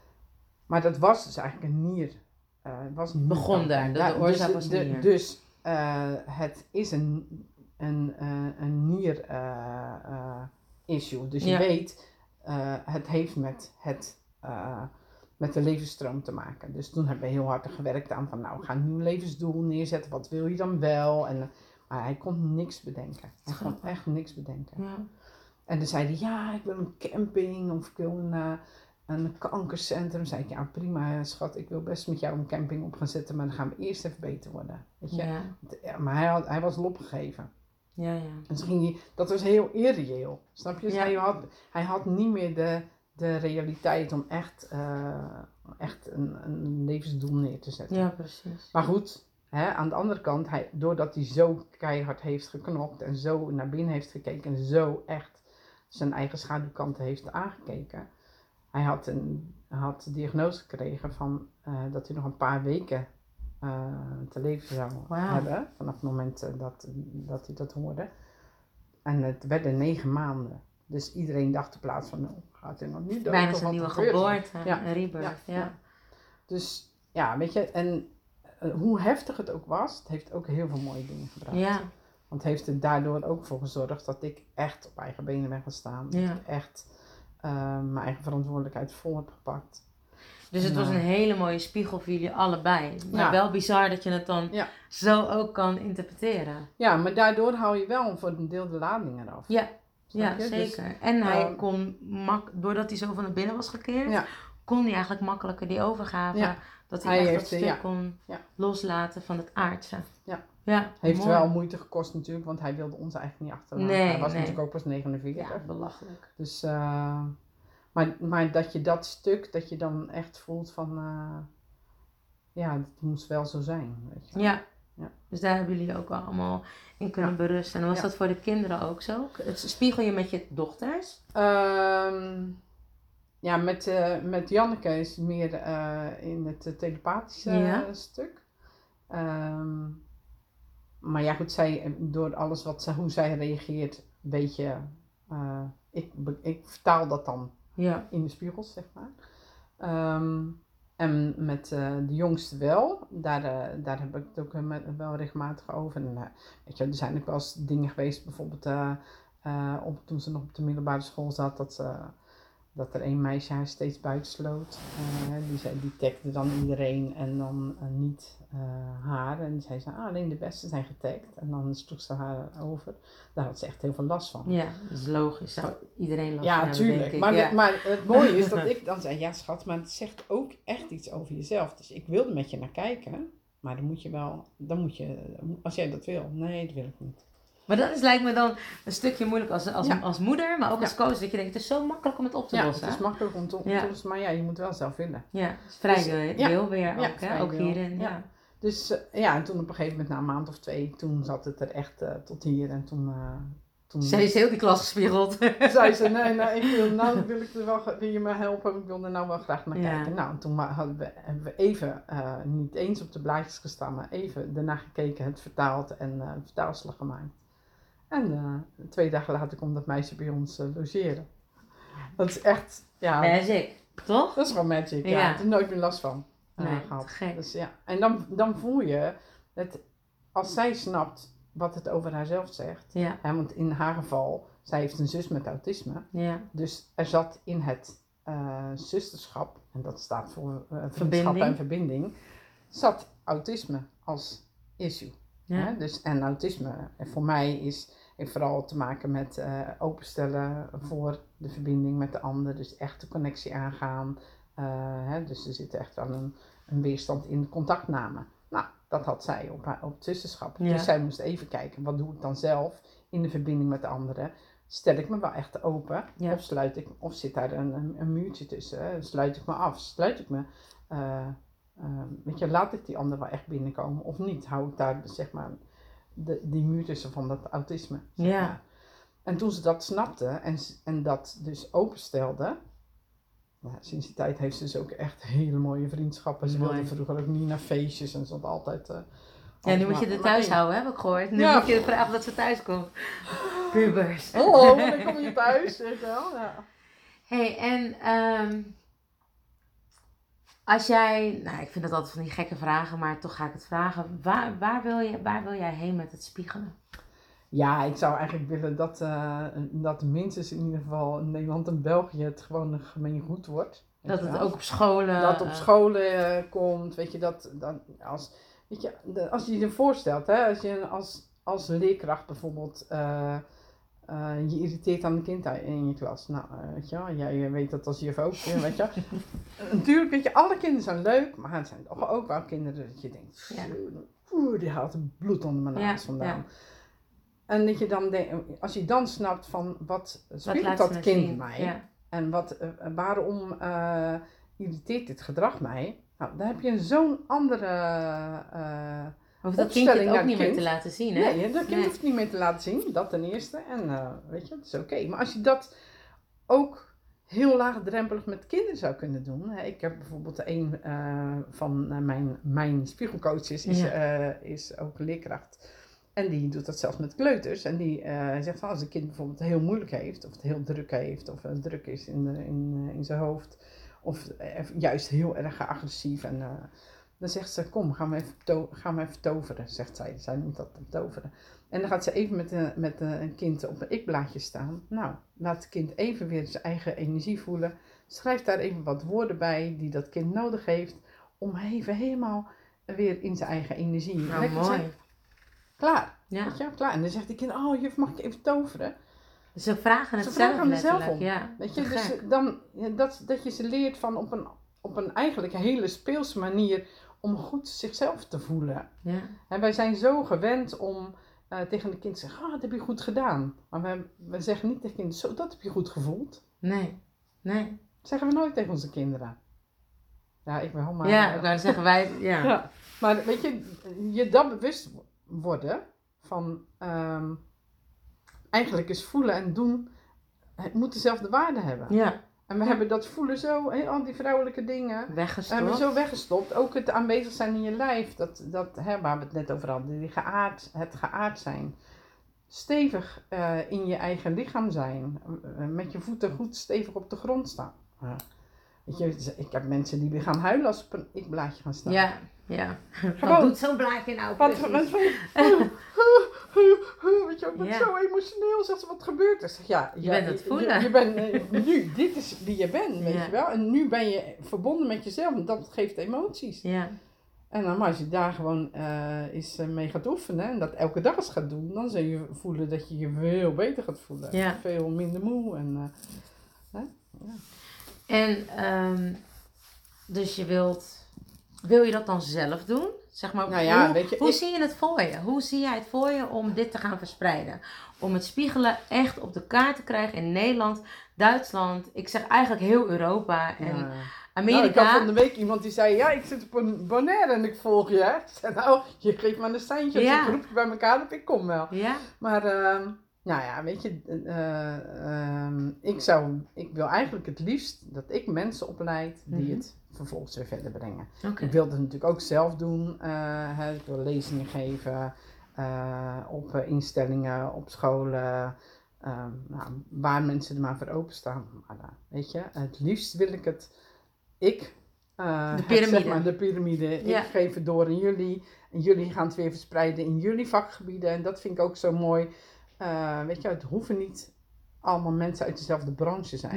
B: Maar dat was dus eigenlijk een nier. Uh, was niet
A: Begon daar, de, de oorzaak
B: dus,
A: was
B: de,
A: nier.
B: Dus uh, het is een, een, uh, een nier uh, uh, issue. Dus je
A: Ja.
B: weet, uh, het heeft met, het, uh, met de levensstroom te maken. Dus toen hebben we heel hard gewerkt aan van, nou, we gaan een nieuw levensdoel neerzetten. Wat wil je dan wel? En, maar hij kon niks bedenken. Hij kon echt niks bedenken.
A: Ja.
B: En dan zei hij, ja, ik wil een camping of ik wil een, uh, een kankercentrum. Zei ik, ja prima schat, ik wil best met jou een camping op gaan zetten, maar dan gaan we eerst even beter worden. Weet je?
A: Ja.
B: Ja, maar hij, had, hij was opgegeven.
A: Ja, ja.
B: En toen ging hij, dat was heel irreëel, snap je? Dus
A: Ja.
B: hij, had, hij had niet meer de, de realiteit om echt, uh, echt een, een levensdoel neer te zetten.
A: Ja, precies.
B: Maar goed, hè, aan de andere kant, hij, doordat hij zo keihard heeft geknopt en zo naar binnen heeft gekeken en zo echt zijn eigen schaduwkanten heeft aangekeken. Hij had, een, had de diagnose gekregen van, uh, dat hij nog een paar weken uh, te leven zou
A: Wow.
B: hebben. Vanaf het moment uh, dat, dat hij dat hoorde. En het werden negen maanden. Dus iedereen dacht in plaats van, nou, gaat hij nog niet dood?
A: Bijna
B: of
A: een
B: wat
A: nieuwe
B: gebeurt er?
A: geboorte,
B: Ja.
A: een rebirth. Ja.
B: Ja.
A: Ja.
B: Dus ja, weet je, en uh, hoe heftig het ook was, het heeft ook heel veel mooie dingen gebracht.
A: Ja.
B: Want het heeft er daardoor ook voor gezorgd dat ik echt op eigen benen ben gaan staan.
A: Ja.
B: Dat ik echt uh, mijn eigen verantwoordelijkheid vol heb gepakt.
A: Dus het
B: Nou.
A: was een hele mooie spiegel voor jullie allebei. Maar
B: Ja.
A: wel bizar dat je het dan
B: Ja.
A: zo ook kan interpreteren.
B: Ja, maar daardoor hou je wel voor een deel de lading eraf.
A: Ja, ja
B: Snap je?
A: zeker.
B: Dus,
A: en hij
B: uh,
A: kon, mak doordat hij zo van naar binnen was gekeerd,
B: Ja.
A: kon hij eigenlijk makkelijker die overgave,
B: Ja.
A: dat hij,
B: Hij
A: echt
B: heeft,
A: dat stuk
B: ja.
A: kon
B: Ja.
A: loslaten van het aardse.
B: Ja.
A: Ja,
B: Heeft
A: mooi.
B: wel moeite gekost natuurlijk, want hij wilde ons eigenlijk niet achterlaten.
A: Nee,
B: hij was
A: nee.
B: natuurlijk ook pas negenenveertig.
A: Ja, belachelijk.
B: Dus, uh, maar, maar dat je dat stuk, dat je dan echt voelt van, uh, ja, het moest wel zo zijn, weet je.
A: Ja.
B: Ja.
A: Dus daar hebben jullie ook wel allemaal in kunnen
B: Ja.
A: berusten. En was
B: Ja.
A: dat voor de kinderen ook zo? Het spiegel je met je dochters?
B: Um, ja, met, uh, met Janneke is het meer uh, in het uh, telepathische
A: Ja.
B: stuk. Um, maar ja, goed, zij, door alles wat zij, hoe zij reageert, weet je, uh, ik, ik vertaal dat dan
A: Ja.
B: in de spiegels, zeg maar. Um, en met uh, de jongste wel, daar, uh, daar heb ik het ook uh, met, wel regelmatig over. En, uh, weet je, er zijn ook wel eens dingen geweest, bijvoorbeeld uh, uh, op, toen ze nog op de middelbare school zat, dat, uh, dat er een meisje haar steeds buitensloot. Uh, die, zei, die tagde dan iedereen en dan uh, niet uh, haar. En die zei ze, ah, alleen de beste zijn getagd. En dan sloeg ze haar over. Daar had ze echt heel veel last van.
A: Ja, dat is logisch. Zou iedereen last
B: Ja,
A: van hebben, denk
B: tuurlijk.
A: ik.
B: Maar,
A: ja.
B: de, maar het mooie is dat ik dan zei, ja schat, maar het zegt ook echt iets over jezelf. Dus ik wilde met je naar kijken, maar dan moet je wel, dan moet je, als jij dat wil. Nee, dat wil ik niet.
A: Maar dat is, lijkt me dan een stukje moeilijk als, als,
B: Ja.
A: als moeder, maar ook als
B: Ja.
A: coach. Dat je denkt, het is zo makkelijk om het op te
B: Ja,
A: lossen.
B: het is makkelijk om te om
A: Ja.
B: te lossen, maar ja, je moet wel zelf willen.
A: Ja, het is vrij
B: Dus,
A: wil,
B: ja.
A: wil weer
B: Ja,
A: ook, hè?
B: vrij
A: Ook
B: wil.
A: hierin. Ja.
B: Ja. Dus uh, ja, en toen op een gegeven moment, na een maand of twee, toen zat het er echt uh, tot hier. En toen, uh, toen
A: Zij is heel die klas gespiegeld.
B: zei ze, nee, nee, ik wil, nou wil ik er wel, wil je me helpen? Ik wil er nou wel graag naar
A: Ja.
B: kijken. Nou, en toen hadden we, hebben we even, uh, niet eens op de blaadjes gestaan, maar even daarna gekeken, het vertaald en uh, een vertaalslag gemaakt. En uh, twee dagen later komt dat meisje bij ons uh, logeren. Dat is echt, ja,
A: Magic, toch?
B: dat is gewoon magic. Ja,
A: Ja.
B: ik heb er nooit meer last van uh,
A: Nee,
B: gehad.
A: gek.
B: Dus, ja. En dan, dan voel je, dat als zij snapt wat het over haarzelf zegt,
A: Ja,
B: hè, want in haar geval, zij heeft een zus met autisme,
A: ja,
B: dus er zat in het uh, zusterschap, en dat staat voor uh, vriendschap
A: Verbinding.
B: en verbinding, zat autisme als issue.
A: Ja.
B: Hè? Dus, en autisme en voor mij is, heeft vooral te maken met uh, openstellen voor de verbinding met de ander. Dus echt de connectie aangaan. Uh, hè? Dus er zit echt wel een, een weerstand in de contactname. Nou, dat had zij op, haar, op het zusterschap.
A: Ja.
B: Dus zij moest even kijken, wat doe ik dan zelf in de verbinding met de anderen? Stel ik me wel echt open?
A: Ja.
B: Of, sluit ik, of zit daar een, een, een muurtje tussen? Hè? Sluit ik me af? Sluit ik me... Uh, Uh, weet je, laat ik die ander wel echt binnenkomen of niet? Hou ik daar zeg maar de, die muur tussen van dat autisme? Zeg
A: Ja.
B: maar. En toen ze dat snapte en, en dat dus openstelde, nou, sinds die tijd heeft ze dus ook echt hele mooie vriendschappen. Ze
A: Mooi.
B: wilde vroeger ook niet naar feestjes en ze had altijd... Uh,
A: ja, nu moet je er thuis houden, heb ik gehoord. Nu
B: ja.
A: moet je vragen dat ze thuis komt. Pubers.
B: Hallo, dan kom je thuis. Weet je wel? Ja.
A: Hey, en... Um... Als jij, nou ik vind dat altijd van die gekke vragen, maar toch ga ik het vragen. Waar, waar, wil, je, waar wil jij heen met het spiegelen?
B: Ja, ik zou eigenlijk willen dat, uh, dat minstens in ieder geval in Nederland en België het gewoon een gemeengoed wordt.
A: Dat het ook op scholen...
B: Dat het op scholen uh, komt, weet je, dat, dat als, weet je, de, als je je voorstelt, hè, als je als, als leerkracht bijvoorbeeld... Uh, Uh, je irriteert aan een kind in je klas. Nou, uh, weet je wel, jij weet dat als juf ook, weet je. Natuurlijk, weet je, alle kinderen zijn leuk, maar het zijn toch ook wel kinderen dat je denkt,
A: ja.
B: oeh, die haalt het bloed onder mijn naast ja, vandaan. Ja. En dat je dan denkt, als je dan snapt van, wat spiegelt dat kind zien? mij? Ja. En wat, uh, waarom uh, irriteert dit gedrag mij? Nou, dan heb je zo'n andere... Uh,
A: Of dat kindje het ook niet meer te laten zien, hè?
B: Nee, dat kind nee. hoeft het niet meer te laten zien. Dat ten eerste. En uh, weet je, dat is oké. Okay. Maar als je dat ook heel laagdrempelig met kinderen zou kunnen doen. Hè. Ik heb bijvoorbeeld een uh, van uh, mijn, mijn spiegelcoaches is, ja. uh, is ook leerkracht. En die doet dat zelfs met kleuters. En die uh, zegt van als een kind bijvoorbeeld het heel moeilijk heeft. Of het heel druk heeft. Of het druk is in, de, in, uh, in zijn hoofd. Of uh, juist heel erg agressief en... Uh, Dan zegt ze, kom, gaan we, even to- gaan we even toveren, zegt zij. Zij noemt dat toveren. En dan gaat ze even met, een, met een kind op een ik-blaadje staan. Nou, laat het kind even weer zijn eigen energie voelen. Schrijf daar even wat woorden bij die dat kind nodig heeft. Om even helemaal weer in zijn eigen energie.
A: Nou, lekker mooi.
B: Zijn. Klaar.
A: Ja.
B: Weet je, klaar. En dan zegt die kind, oh juf, mag ik even toveren?
A: Ze vragen het
B: ze
A: zelf
B: vragen zelf om.
A: Ja,
B: weet je, dus dan, dat, dat je ze leert van op een, op een eigenlijk hele speelse manier... om goed zichzelf te voelen.
A: Ja.
B: En wij zijn zo gewend om uh, tegen een kind te zeggen, ah, dat heb je goed gedaan. Maar we, we zeggen niet tegen kinderen, zo, dat heb je goed gevoeld.
A: Nee, nee.
B: Dat zeggen we nooit tegen onze kinderen. Ja, ik wel, maar...
A: Ja, dan zeggen wij, ja.
B: ja. Maar weet je, je dan bewust worden van... Um, eigenlijk is voelen en doen, het moet dezelfde waarde hebben.
A: Ja.
B: En we hebben dat voelen zo, he, al die vrouwelijke dingen,
A: weggestopt.
B: hebben we zo weggestopt. Ook het aanwezig zijn in je lijf, dat, dat, hè, waar we het net over hadden, die geaard, het geaard zijn. Stevig uh, in je eigen lichaam zijn, uh, met je voeten goed stevig op de grond staan. Uh, weet je, ik heb mensen die weer gaan huilen als ze op een ik-blaadje gaan staan.
A: Ja, ja.
B: Gewoon,
A: wat doet zo'n blaadje nou
B: wat,
A: precies?
B: Wat, weet je, ik ben ja. zo emotioneel, zegt ze, wat gebeurt er? Zeg, ja,
A: je
B: ja,
A: bent het voelen.
B: Je, je bent, uh, nu, dit is wie je bent, weet
A: ja.
B: je wel. En nu ben je verbonden met jezelf en dat geeft emoties.
A: Ja.
B: En dan, maar als je daar gewoon uh, eens uh, mee gaat oefenen en dat elke dag eens gaat doen, dan zul je voelen dat je je veel beter gaat voelen.
A: Ja.
B: Veel minder moe. En, uh, hè? Ja.
A: en um, dus je wilt, wil je dat dan zelf doen? Zeg maar,
B: nou ja,
A: hoe
B: weet je,
A: hoe
B: ik...
A: zie je het voor je? Hoe zie jij het voor je om dit te gaan verspreiden? Om het spiegelen echt op de kaart te krijgen in Nederland, Duitsland, ik zeg eigenlijk heel Europa en
B: ja.
A: Amerika.
B: Nou, ik had van de week iemand die zei, ja, ik zit op een Bonaire en ik volg je. Ik zei, nou, je geeft me een seintje, als
A: ja.
B: je roept bij elkaar op, ik kom wel.
A: Ja.
B: Maar, uh, nou ja, weet je, uh, uh, ik zou, ik wil eigenlijk het liefst dat ik mensen opleid die mm-hmm. het vervolgens weer verder brengen.
A: Okay.
B: Ik wil het natuurlijk ook zelf doen. Uh, hè, ik wil lezingen geven uh, op uh, instellingen, op scholen, uh, nou, waar mensen er maar voor openstaan. Maar uh, weet je, het liefst wil ik het, ik, uh,
A: de piramide,
B: het, zeg maar, de piramide,
A: ja.
B: ik geef het door aan jullie en jullie gaan het weer verspreiden in jullie vakgebieden. En dat vind ik ook zo mooi. Uh, weet je, het hoeven niet allemaal mensen uit dezelfde branche zijn.
A: Nee.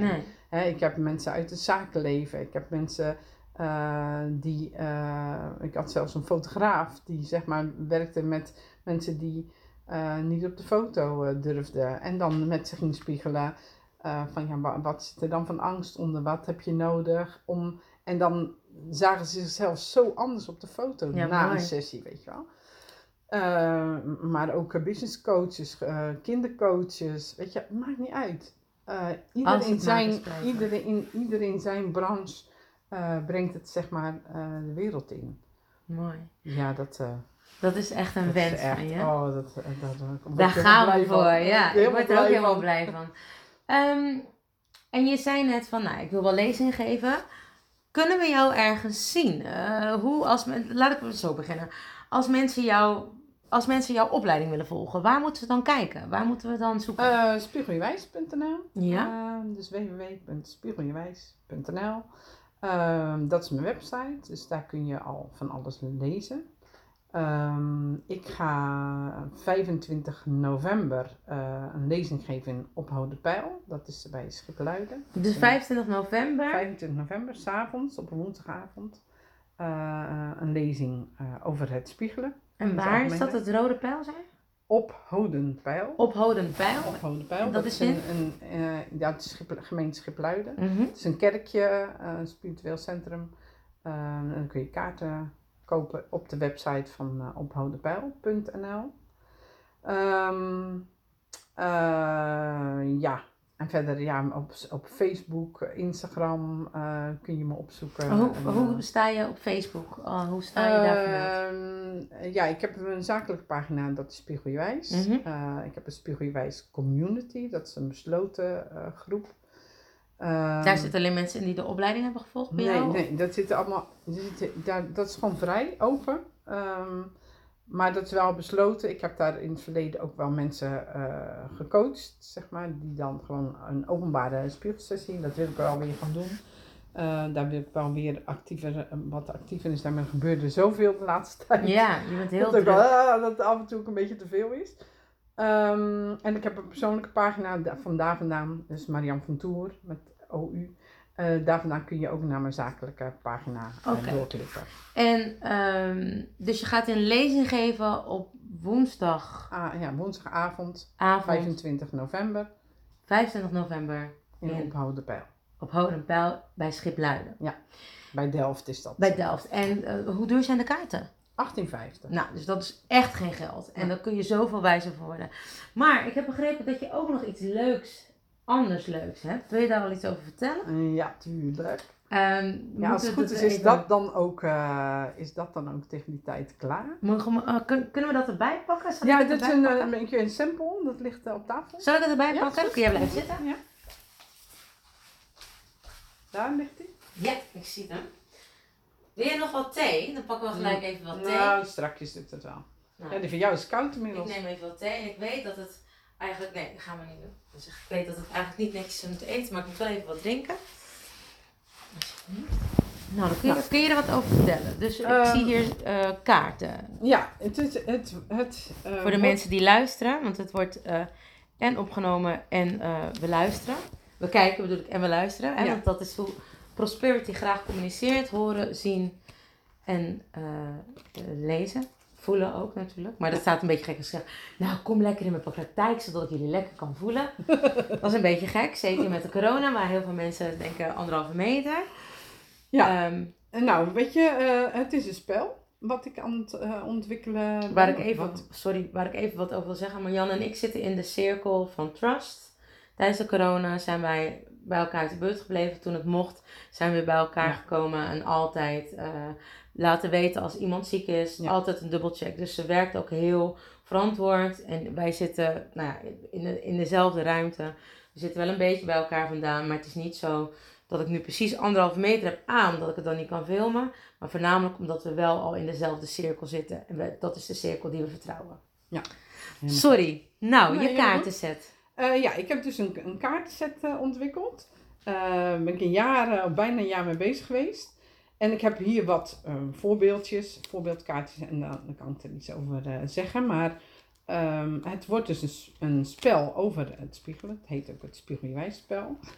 B: Hè, ik heb mensen uit het zakenleven. Ik heb mensen uh, die... Uh, ik had zelfs een fotograaf die zeg maar werkte met mensen die uh, niet op de foto uh, durfden. En dan met zich ging spiegelen uh, van ja, wat zit er dan van angst onder? Wat heb je nodig om... En dan zagen ze zichzelf zo anders op de foto
A: Ja,
B: na
A: mooi.
B: een sessie, weet je wel. Uh, maar ook uh, business coaches, uh, kindercoaches, weet je, maakt niet uit. Uh, iedereen, zijn, iedereen, iedereen zijn branche uh, brengt het zeg maar uh, de wereld in.
A: Mooi.
B: Ja, dat... Uh,
A: dat is echt een
B: dat
A: wens
B: echt,
A: van je.
B: Oh, dat, dat, dat,
A: Daar gaan we voor,
B: van.
A: ja. Ik, ik word er ook helemaal
B: van.
A: blij van. Um, en je zei net van, nou, ik wil wel lezing geven. Kunnen we jou ergens zien? Uh, hoe als men, laat ik zo beginnen. Als mensen, jou, als mensen jouw opleiding willen volgen, waar moeten ze dan kijken? Waar moeten we dan zoeken?
B: Uh, spiegeljewijs punt n l.
A: Ja.
B: Uh, dus w w w punt spiegeljewijs punt n l. Uh, dat is mijn website, dus daar kun je al van alles lezen. Um, ik ga vijfentwintig november uh, een lezing geven in Ophouden Pijl. Dat is bij Schipluiden.
A: Dus vijfentwintig november?
B: vijfentwintig november, 's avonds, op een woensdagavond. Uh, een lezing uh, over het spiegelen.
A: En waar is dat, het Rode Pijl zijn?
B: Ophouden Pijl.
A: Ophouden Pijl?
B: Ophouden Pijl.
A: Dat, dat is
B: een,
A: in?
B: een, uh, ja, het is Schip, gemeente Schipluiden.
A: Mm-hmm.
B: Het is een kerkje, uh, een spiritueel centrum. Uh, en dan kun je kaarten kopen op de website van uh, ophoudenpijl punt n l. Um, uh, ja, en verder ja, op, op Facebook, Instagram uh, kun je me opzoeken.
A: Hoe,
B: en,
A: hoe
B: uh,
A: sta je op Facebook? Oh, hoe sta je daar vanuit?
B: Uh, ja, ik heb een zakelijke pagina, dat is Spiegeljewijs. Mm-hmm. Uh, ik heb een Spiegeljewijs community, dat is een besloten uh, groep.
A: Um, daar zitten alleen mensen in die de opleiding hebben gevolgd bij
B: nee,
A: jou?
B: Nee, dat zit allemaal, dat, zit, daar, dat is gewoon vrij, open. Um, maar dat is wel besloten. Ik heb daar in het verleden ook wel mensen uh, gecoacht, zeg maar, die dan gewoon een openbare spiegelsessie, dat wil ik wel weer gaan doen. Uh, daar wil ik wel weer actiever, wat actiever is. Daarmee gebeurde zoveel de laatste tijd.
A: Ja, je bent heel
B: dat
A: druk.
B: Wel, uh, dat het af en toe ook een beetje te veel is. Um, en ik heb een persoonlijke pagina van daar vandaan, dus Marianne van Toer met O U. Uh, daar vandaan kun je ook naar mijn zakelijke pagina uh, okay. doorklikken.
A: En um, dus je gaat een lezing geven op woensdag?
B: Ah, ja, woensdagavond,
A: Avond.
B: vijfentwintig november.
A: vijfentwintig november.
B: In, in Ophouden Pijl.
A: Ophouden Pijl bij Schipluiden.
B: Ja, bij Delft is dat.
A: Bij Delft. En uh, hoe duur zijn de kaarten?
B: achttien vijftig.
A: Nou, dus dat is echt geen geld. En ja. Daar kun je zoveel wijzer voor worden. Maar ik heb begrepen dat je ook nog iets leuks, anders leuks hebt. Wil je daar wel iets over vertellen?
B: Ja, tuurlijk.
A: Um,
B: ja, als het goed is, is, even... dat dan ook, uh, is dat dan ook tegen die tijd klaar.
A: Mogen we, uh, kun, kunnen we dat erbij pakken? Zal
B: ja, dit is een, een beetje een sample. Dat ligt uh, op tafel.
A: Zal ik dat erbij
B: ja,
A: pakken? Kun jij blijven zitten?
B: Ja. Daar ligt hij.
A: Ja, ik zie hem. Wil je nog wat thee? Dan pakken we gelijk even wat thee.
B: Nou, strakjes doe ik dat wel. Nou, ja, die van jou is koud inmiddels.
A: Ik neem even wat thee en ik weet dat het eigenlijk... Nee, dat gaan we niet doen. Dus ik weet dat het eigenlijk niet netjes is om te eten, maar ik moet wel even wat drinken. Nou, dan kun je, nou. kun je er wat over vertellen. Dus ik um, zie hier uh, kaarten.
B: Ja, het is... Het, het, uh,
A: Voor de wat... mensen die luisteren, want het wordt uh, en opgenomen en uh, we luisteren. We kijken bedoel ik en we luisteren. Hè? Ja. Want dat is hoe Prosperity graag communiceert. Horen, zien en uh, lezen. Voelen ook natuurlijk. Maar dat staat een beetje gek als gezegd. Nou, kom lekker in mijn praktijk, zodat ik jullie lekker kan voelen. Dat is een beetje gek. Zeker met de corona, waar heel veel mensen denken anderhalve meter.
B: Ja, um, nou weet je, uh, het is een spel wat ik aan het uh, ontwikkelen
A: waar ik even, wat... Sorry, waar ik even wat over wil zeggen. Marianne en ik zitten in de cirkel van Trust. Tijdens de corona zijn wij bij elkaar uit de buurt gebleven. Toen het mocht, zijn we weer bij elkaar ja. gekomen. En altijd uh, laten weten als iemand ziek is. Ja. Altijd een dubbelcheck. Dus ze werkt ook heel verantwoord. En wij zitten nou ja, in, de, in dezelfde ruimte. We zitten wel een beetje bij elkaar vandaan. Maar het is niet zo dat ik nu precies anderhalve meter heb aan. Dat ik het dan niet kan filmen. Maar voornamelijk omdat we wel al in dezelfde cirkel zitten. En we, dat is de cirkel die we vertrouwen.
B: Ja.
A: Sorry. Nou,
B: nee,
A: je kaartenset.
B: Uh, ja, ik heb dus een, een kaartenset uh, ontwikkeld. Daar uh, ben ik een jaar, uh, bijna een jaar mee bezig geweest. En ik heb hier wat uh, voorbeeldjes, voorbeeldkaartjes. En uh, daar kan ik er iets over uh, zeggen. Maar um, het wordt dus een, een spel over het spiegelen. Het heet ook het Spiegeljewijs spel.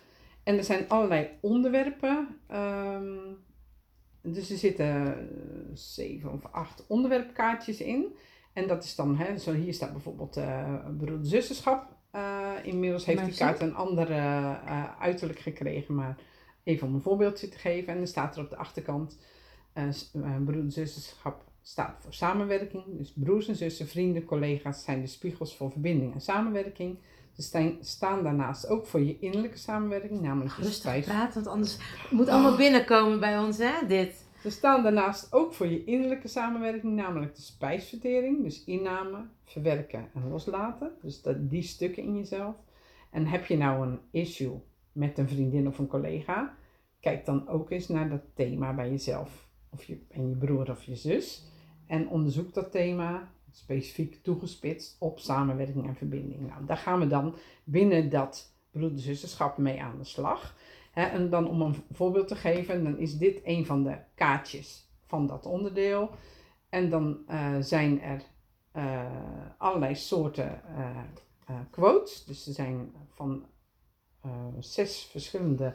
B: En er zijn allerlei onderwerpen. Um, dus er zitten zeven of acht onderwerpkaartjes in. En dat is dan, hè, zo hier staat bijvoorbeeld uh, broeder-zussenschap. Uh, inmiddels heeft die kaart een andere uh, uiterlijk gekregen, maar even om een voorbeeldje te geven. En dan staat er op de achterkant, uh, uh, broeder-zussenschap staat voor samenwerking. Dus broers en zussen, vrienden, collega's zijn de spiegels voor verbinding en samenwerking. Ze staan daarnaast ook voor je innerlijke samenwerking, namelijk je
A: Rustig
B: spijs...
A: praten, want anders moet allemaal binnenkomen bij ons, hè, dit.
B: Ze staan daarnaast ook voor je innerlijke samenwerking, namelijk de spijsvertering, dus inname, verwerken en loslaten. Dus dat, die stukken in jezelf. En heb je nou een issue met een vriendin of een collega, kijk dan ook eens naar dat thema bij jezelf of je, en je broer of je zus. En onderzoek dat thema specifiek toegespitst op samenwerking en verbinding. Nou, daar gaan we dan binnen dat broederzussenschap mee aan de slag. He, en dan om een voorbeeld te geven, dan is dit een van de kaartjes van dat onderdeel. En dan uh, zijn er uh, allerlei soorten uh, uh, quotes. Dus er zijn van uh, zes verschillende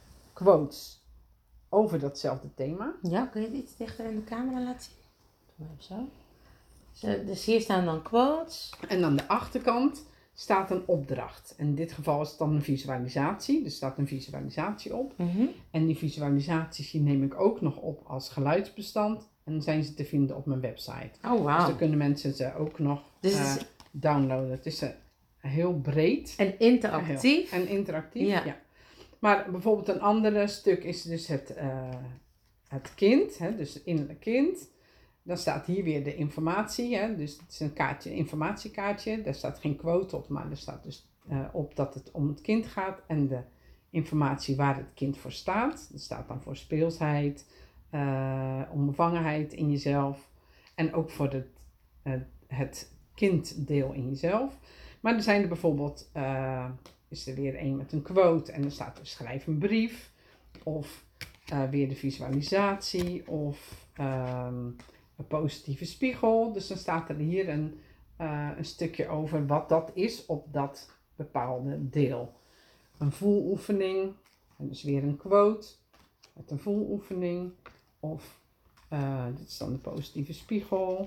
B: quotes over datzelfde thema.
A: Ja, kun je het iets dichter in de camera laten zien? Doe maar even zo. Dus hier staan dan quotes.
B: En aan de achterkant staat een opdracht. In dit geval is het dan een visualisatie. Er staat een visualisatie op.
A: Mm-hmm.
B: En die visualisaties die neem ik ook nog op als geluidsbestand. En dan zijn ze te vinden op mijn website.
A: Oh, wow.
B: Dus dan kunnen mensen ze ook nog
A: dus
B: uh,
A: is...
B: downloaden. Het is uh, heel breed.
A: En interactief.
B: Heel, en interactief,
A: ja.
B: ja. Maar bijvoorbeeld een ander stuk is dus het, uh, het kind. Hè, dus het innerlijk kind. Dan staat hier weer de informatie, hè? Dus het is een kaartje, een informatiekaartje. Daar staat geen quote op, maar er staat dus uh, op dat het om het kind gaat. En de informatie waar het kind voor staat. Dat staat dan voor speelsheid, uh, onbevangenheid in jezelf. En ook voor het, uh, het kinddeel in jezelf. Maar er zijn er bijvoorbeeld, uh, is er weer een met een quote. En er staat er schrijf een brief. Of uh, weer de visualisatie. Of... Um, een positieve spiegel. Dus dan staat er hier een, uh, een stukje over wat dat is op dat bepaalde deel. Een voeloefening. En dus weer een quote met een voeloefening. Of uh, dit is dan de positieve spiegel.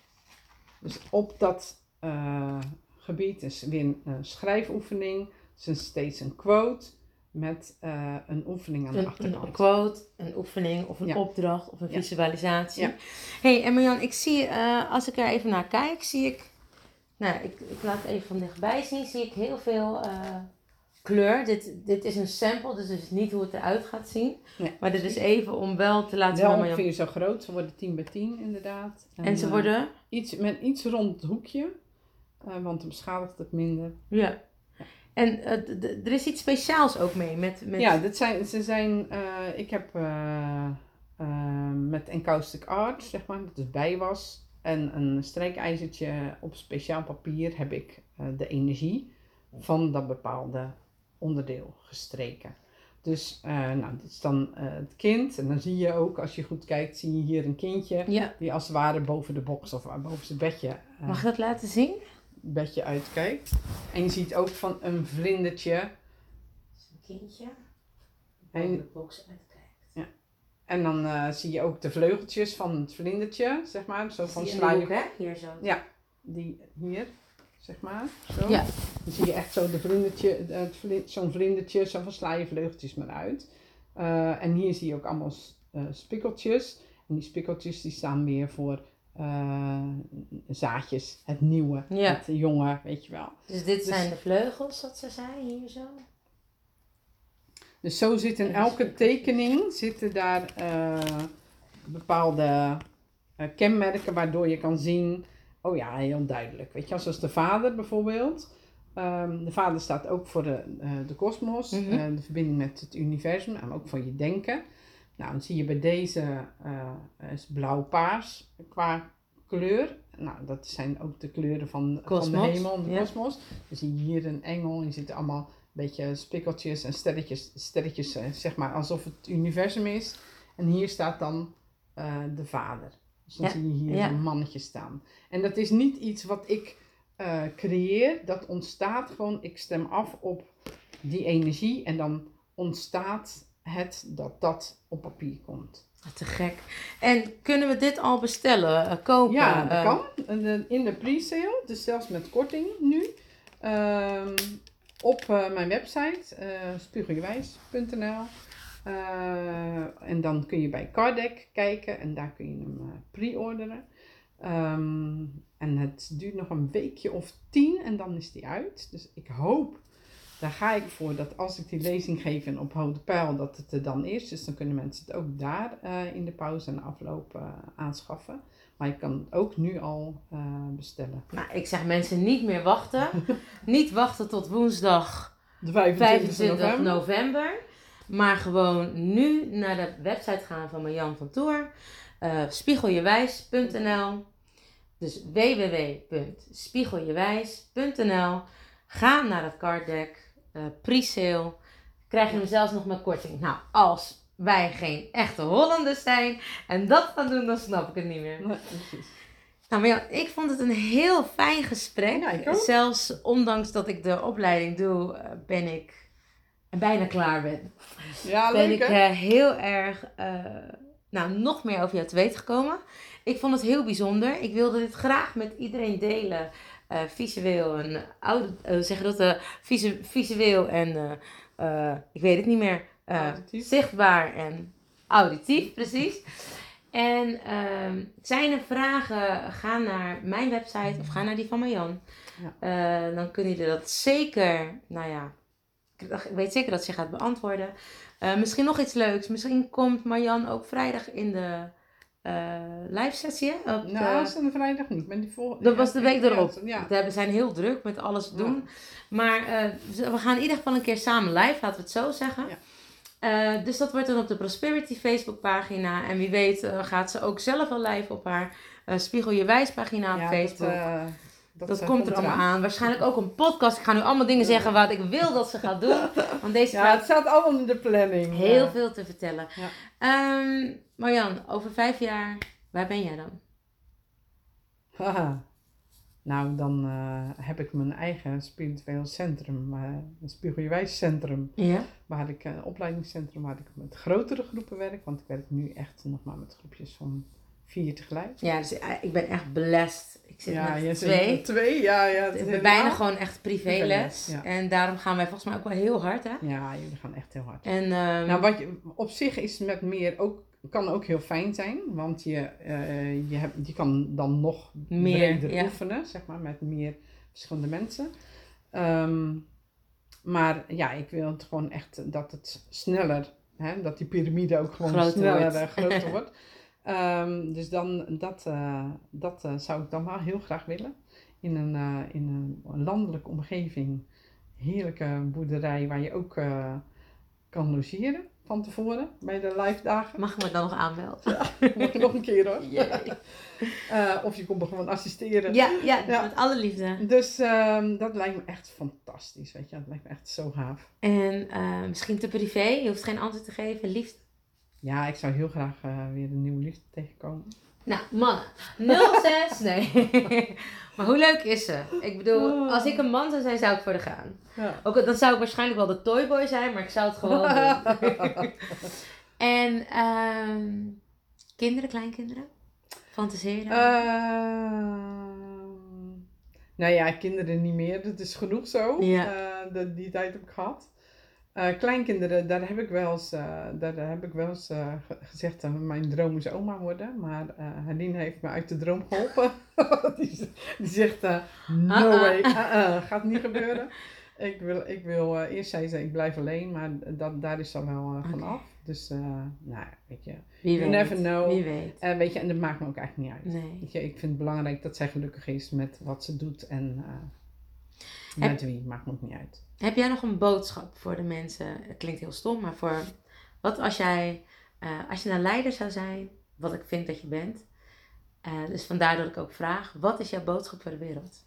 B: Dus op dat uh, gebied is weer een uh, schrijfoefening. Dus steeds een quote. Met uh, een oefening aan de
A: een,
B: achterkant.
A: Een quote, een oefening of een ja. opdracht of een ja. visualisatie.
B: Ja.
A: Hey, en Marjan, ik zie, uh, als ik er even naar kijk, zie ik, nou, ik, ik laat het even van dichtbij zien, zie ik heel veel uh, kleur. Dit, dit is een sample, dus het is niet hoe het eruit gaat zien. Nee, maar dit is even om wel te laten zien.
B: Wel ongeveer zo groot, ze worden tien bij tien inderdaad.
A: En, en ze worden? Uh,
B: iets, met iets rond het hoekje, uh, want dan beschadigt het minder.
A: Ja. En uh, d- d- er is iets speciaals ook mee met... met...
B: Ja, dit zijn, ze zijn, uh, ik heb uh, uh, met encaustic art, zeg maar, dat is bijwas. En een strijkijzertje op speciaal papier heb ik uh, de energie van dat bepaalde onderdeel gestreken. Dus uh, nou, dit is dan uh, het kind. En dan zie je ook, als je goed kijkt, zie je hier een kindje.
A: Ja.
B: Die als het ware boven de box of boven zijn bedje... Uh,
A: Mag je dat laten zien?
B: bedje uitkijkt. En je ziet ook van een vlindertje.
A: Dat is een kindje. En de box uitkijkt.
B: Ja. En dan uh, zie je ook de vleugeltjes van het vlindertje, zeg maar. Zo van
A: sla je... hè? Hier zo.
B: Ja, die hier, zeg maar. Zo.
A: Ja.
B: Dan zie je echt zo de vlindertje, het vlind, zo'n vlindertje, zo van sla je vleugeltjes maar uit. Uh, en hier zie je ook allemaal uh, spikkeltjes. En die spikkeltjes die staan weer voor uh, zaadjes, het nieuwe, ja. Het jonge, weet je wel.
A: Dus dit dus, zijn de vleugels, wat ze zei, hier zo.
B: Dus zo zit in elke tekening zitten daar uh, bepaalde uh, kenmerken waardoor je kan zien, oh ja, heel duidelijk. Weet je, zoals de vader bijvoorbeeld. Um, de vader staat ook voor de, uh, de kosmos, mm-hmm. uh, de verbinding met het universum en ook voor je denken. Nou, dan zie je bij deze uh, is blauw-paars qua kleur. Nou, dat zijn ook de kleuren van, van de hemel, de ja. kosmos. Dan zie je hier een engel en je ziet allemaal een beetje spikkeltjes en sterretjes, sterretjes uh, zeg maar, alsof het universum is. En hier staat dan uh, de vader. Dus dan ja. zie je hier ja. een mannetje staan. En dat is niet iets wat ik uh, creëer, dat ontstaat gewoon, ik stem af op die energie en dan ontstaat het dat dat op papier komt.
A: Te gek. En kunnen we dit al bestellen, uh, kopen?
B: Ja, dat
A: uh,
B: kan. In de pre-sale, dus zelfs met korting nu. Um, op uh, mijn website, uh, spiegeljewijs punt n l. Uh, en dan kun je bij Cardec kijken en daar kun je hem uh, pre-orderen. Um, en het duurt nog een weekje of tien en dan is die uit. Dus ik hoop, daar ga ik voor, dat als ik die lezing geef en op Hoge Pijl, dat het er dan is. Dus dan kunnen mensen het ook daar uh, in de pauze en afloop uh, aanschaffen. Maar je kan het ook nu al uh, bestellen.
A: Nou, ik zeg mensen niet meer wachten. Niet wachten tot woensdag
B: de
A: vijfentwintig november. Maar gewoon nu naar de website gaan van Marjan van Toer. Uh, spiegeljewijs punt n l. Dus w w w punt spiegeljewijs punt n l. Ga naar het Cardec. Uh, pre-sale. Krijg je hem zelfs nog met korting. Nou, als wij geen echte Hollanders zijn en dat gaan doen, dan snap ik het niet meer.
B: Nee, precies.
A: Nou, maar ja, ik vond het een heel fijn gesprek.
B: Ja, ik ook.
A: Zelfs ondanks dat ik de opleiding doe, ben ik bijna klaar ben.
B: Ja,
A: ben
B: leuk,
A: ik
B: hè?
A: uh, heel erg uh, nou, nog meer over jou te weten gekomen. Ik vond het heel bijzonder. Ik wilde dit graag met iedereen delen. Uh, visueel en audio, uh, zeggen dat uh, visu- visueel en uh, uh, ik weet het niet meer. Uh, zichtbaar en auditief, precies. En uh, zijn er vragen, ga naar mijn website of ga naar die van Marjan. Ja. Uh, dan kunnen jullie dat zeker, nou ja, ik weet zeker dat ze gaat beantwoorden. Uh, misschien nog iets leuks. Misschien komt Marjan ook vrijdag in de uh, live sessie. Op
B: nou, dat is een vrijdag niet. Maar die volgende,
A: dat was de week erop.
B: Ja.
A: We zijn heel druk met alles doen. Ja. Maar uh, we gaan in ieder geval een keer samen live, laten we het zo zeggen. Ja. Uh, dus dat wordt dan op de Prosperity Facebookpagina. En wie weet uh, gaat ze ook zelf al live op haar uh, Spiegel Je Wijs pagina op ja, Facebook. Dat, uh, dat, dat uh, komt er allemaal aan. Waarschijnlijk ook een podcast. Ik ga nu allemaal dingen zeggen wat ik wil dat ze gaat doen. Want deze
B: ja, vrouw... het staat allemaal in de planning.
A: Heel
B: ja.
A: veel te vertellen. Ja. Um, Marjan, over vijf jaar, waar ben jij dan?
B: Haha. Nou, dan uh, heb ik mijn eigen spiritueel centrum, uh, een Spiegeljewijs centrum.
A: Ja.
B: Waar ik een uh, opleidingscentrum waar ik met grotere groepen werk. Want ik werk nu echt nog maar met groepjes van vier tegelijk.
A: Ja, dus ik ben echt blessed. Ik zit
B: ja,
A: met
B: je
A: twee.
B: Zit met twee, ja. ja
A: ik ben bijna gewoon echt privéles. Ja. En daarom gaan wij volgens mij ook wel heel hard, hè?
B: Ja, jullie gaan echt heel hard.
A: En, um...
B: nou, wat je, op zich is met meer ook, kan ook heel fijn zijn. Want je, uh, je, hebt, je kan dan nog meer breder ja. oefenen, zeg maar, met meer verschillende mensen. Um, maar ja, ik wil het gewoon echt dat het sneller, hè, dat die piramide ook gewoon groter sneller wordt. Uh, groter wordt. Um, dus dan, dat, uh, dat uh, zou ik dan wel heel graag willen. In een, uh, in een landelijke omgeving. Heerlijke boerderij waar je ook uh, kan logeren van tevoren bij de live dagen.
A: Mag ik me dan nog aanmelden?
B: Ja, mag je nog een keer hoor. uh, of je komt er gewoon assisteren.
A: Ja, ja, ja. Met alle liefde.
B: Dus um, dat lijkt me echt fantastisch, weet je. Dat lijkt me echt zo gaaf.
A: En uh, misschien te privé, je hoeft geen antwoord te geven, liefde.
B: Ja, ik zou heel graag uh, weer een nieuwe liefde tegenkomen.
A: Nou, mannen. nul zes, nee. Maar hoe leuk is ze? Ik bedoel, als ik een man zou zijn, zou ik voor haar gaan. Ja. Ook, dan zou ik waarschijnlijk wel de toyboy zijn, maar ik zou het gewoon doen. En uh, kinderen, kleinkinderen? Fantaseren?
B: Uh, nou ja, kinderen niet meer. Dat is genoeg zo. Ja. Uh, de, die tijd heb ik gehad. Uh, kleinkinderen, daar heb ik wel eens, uh, daar heb ik wel eens uh, gezegd dat uh, mijn droom is oma worden. Maar uh, Helene heeft me uit de droom geholpen. die, die zegt, uh, no uh-uh. way, uh-uh, gaat niet gebeuren. ik wil, ik wil uh, eerst zei ze, ik blijf alleen, maar dat, daar is al wel uh, vanaf. Okay. Dus, uh, nou, weet je,
A: Wie
B: you
A: weet.
B: never know.
A: Wie weet.
B: Uh, weet je, en dat maakt me ook eigenlijk niet uit.
A: Nee.
B: Weet je, ik vind het belangrijk dat zij gelukkig is met wat ze doet en uh, met heb, wie, maakt me ook niet uit.
A: Heb jij nog een boodschap voor de mensen? Het klinkt heel stom, maar voor wat als jij, uh, als je een leider zou zijn, wat ik vind dat je bent. Uh, dus vandaar dat ik ook vraag, wat is jouw boodschap voor de wereld?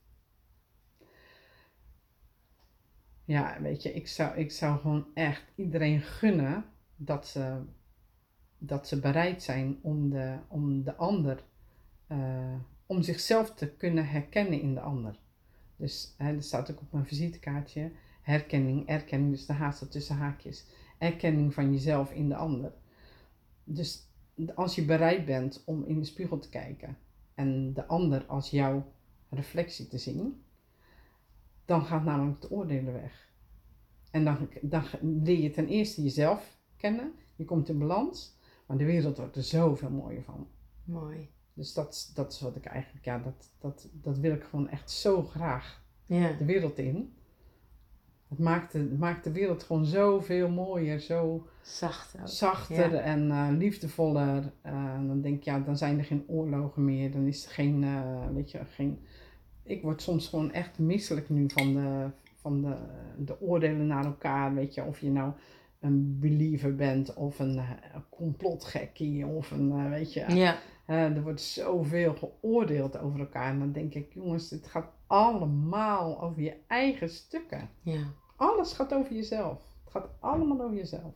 B: Ja, weet je, ik zou, ik zou gewoon echt iedereen gunnen dat ze, dat ze bereid zijn om de, om de ander, uh, om zichzelf te kunnen herkennen in de ander. Dus hè, dat staat ook op mijn visitekaartje. herkenning, erkenning, dus de haast tussen haakjes. Erkenning van jezelf in de ander. Dus als je bereid bent om in de spiegel te kijken en de ander als jouw reflectie te zien, dan gaat namelijk het oordelen weg. En dan, dan leer je ten eerste jezelf kennen, je komt in balans, maar de wereld wordt er zoveel mooier van.
A: Mooi.
B: Dus dat, dat is wat ik eigenlijk, ja, dat, dat, dat wil ik gewoon echt zo graag
A: Ja.
B: de wereld in. Het maakt de, het maakt de wereld gewoon zoveel mooier, zo
A: Zacht ook.
B: zachter
A: Ja.
B: en uh, liefdevoller. Uh, dan denk ik, ja, dan zijn er geen oorlogen meer, dan is er geen, uh, weet je, geen... Ik word soms gewoon echt misselijk nu van de, van de, de oordelen naar elkaar, weet je, of je nou een believer bent of een, een complotgekkie of een, uh, weet je...
A: Ja.
B: Uh, er wordt zoveel geoordeeld over elkaar. En dan denk ik, jongens, het gaat allemaal over je eigen stukken.
A: Ja.
B: Alles gaat over jezelf. Het gaat allemaal over jezelf.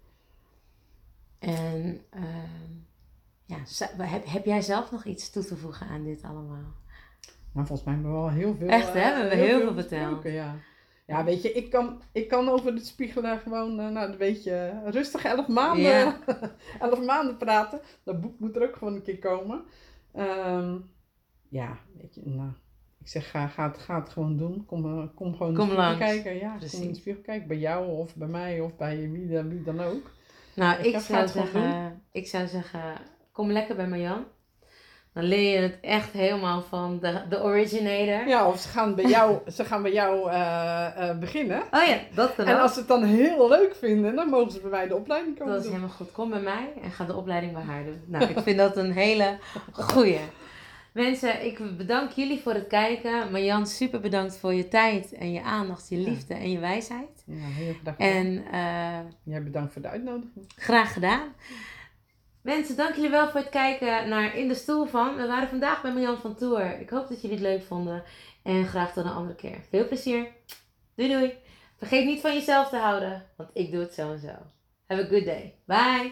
A: En uh, ja, heb, heb jij zelf nog iets toe te voegen aan dit allemaal?
B: Nou, volgens mij hebben we wel heel veel...
A: Echt, hè? We hebben heel, heel veel verteld.
B: Ja. Ja, weet je, ik kan, ik kan over het spiegelen gewoon, uh, nou, een beetje rustig elf maanden, ja. elf maanden praten. Dat boek moet er ook gewoon een keer komen. Um, ja, weet je, nou, ik zeg, ga, ga, het, ga het gewoon doen. Kom, kom gewoon
A: kom
B: in de spiegel
A: langs.
B: kijken. Ja,
A: Precies.
B: kom in de spiegel kijken. Bij jou of bij mij of bij wie, wie dan ook.
A: Nou, ik,
B: ik
A: zou zeggen, ik zou zeggen, kom lekker bij Marjan. Dan leer je het echt helemaal van de, de originator.
B: Ja, of ze gaan bij jou, ze gaan bij jou uh, uh, beginnen.
A: Oh ja, dat kan
B: En
A: ook.
B: als ze het dan heel leuk vinden, dan mogen ze bij mij de opleiding komen
A: Dat is
B: doen.
A: helemaal goed. Kom bij mij en ga de opleiding bij haar doen. Nou, ik vind dat een hele goeie. Mensen, ik bedank jullie voor het kijken. Marjan, super bedankt voor je tijd en je aandacht, je liefde ja. en je wijsheid.
B: Ja, heel graag
A: gedaan. En uh,
B: ja, bedankt voor de uitnodiging.
A: Graag gedaan. Mensen, dank jullie wel voor het kijken naar In de Stoel van. We waren vandaag bij Marjan van Tour. Ik hoop dat jullie het leuk vonden. En graag tot een andere keer. Veel plezier. Doei doei. Vergeet niet van jezelf te houden. Want ik doe het zo en zo. Have a good day. Bye.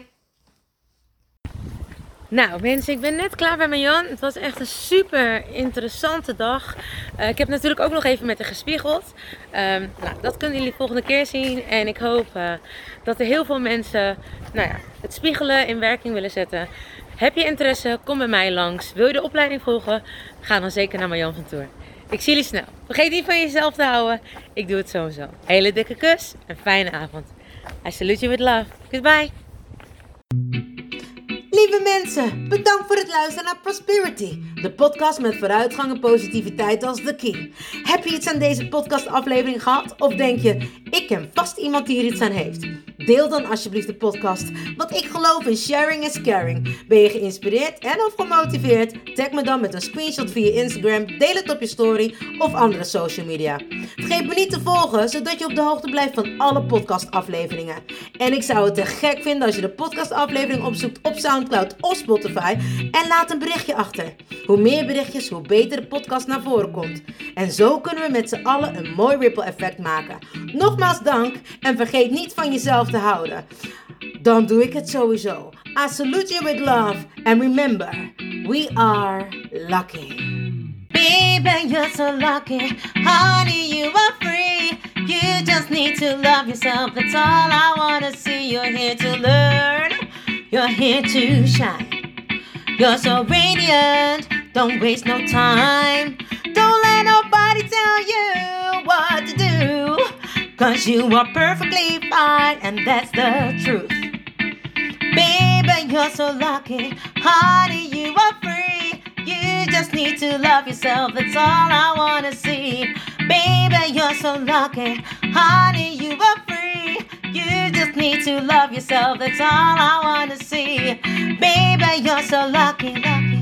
A: Nou mensen, ik ben net klaar bij Marjan. Het was echt een super interessante dag. Uh, ik heb natuurlijk ook nog even met haar gespiegeld. Um, nou, dat kunnen jullie volgende keer zien. En ik hoop uh, dat er heel veel mensen nou ja, het spiegelen in werking willen zetten. Heb je interesse? Kom bij mij langs. Wil je de opleiding volgen? Ga dan zeker naar Marjan van Tour. Ik zie jullie snel. Vergeet niet van jezelf te houden. Ik doe het sowieso. Hele dikke kus en fijne avond. I salute you with love. Goodbye. Lieve mensen, bedankt voor het luisteren naar Prosperity, de podcast met vooruitgang en positiviteit als the key. Heb je iets aan deze podcastaflevering gehad of denk je, ik ken vast iemand die hier iets aan heeft? Deel dan alsjeblieft de podcast, want ik geloof in sharing is caring. Ben je geïnspireerd en of gemotiveerd? Tag me dan met een screenshot via Instagram, deel het op je story of andere social media. Vergeet me niet te volgen, zodat je op de hoogte blijft van alle podcastafleveringen. En ik zou het te gek vinden als je de podcastaflevering opzoekt op SoundCloud of Spotify en laat een berichtje achter. Hoe meer berichtjes, hoe beter de podcast naar voren komt. En zo kunnen we met z'n allen een mooi ripple effect maken. Nogmaals dank en vergeet niet van jezelf te houden. Dan doe ik het sowieso. I salute you with love and remember, we are lucky. Baby, you're so lucky. Honey, you are free. You just need to love yourself. That's all I wanna see. You're here to learn. You're here to shine. You're so radiant. Don't waste no time. Don't let nobody tell you what to do. Cause you are perfectly fine. And that's the truth. Baby, you're so lucky. Honey, you are free. You just need to love yourself. That's all I wanna see. Baby, you're so lucky. Honey, you are free. You just need to love yourself. That's all I wanna see. Baby, you're so lucky, lucky.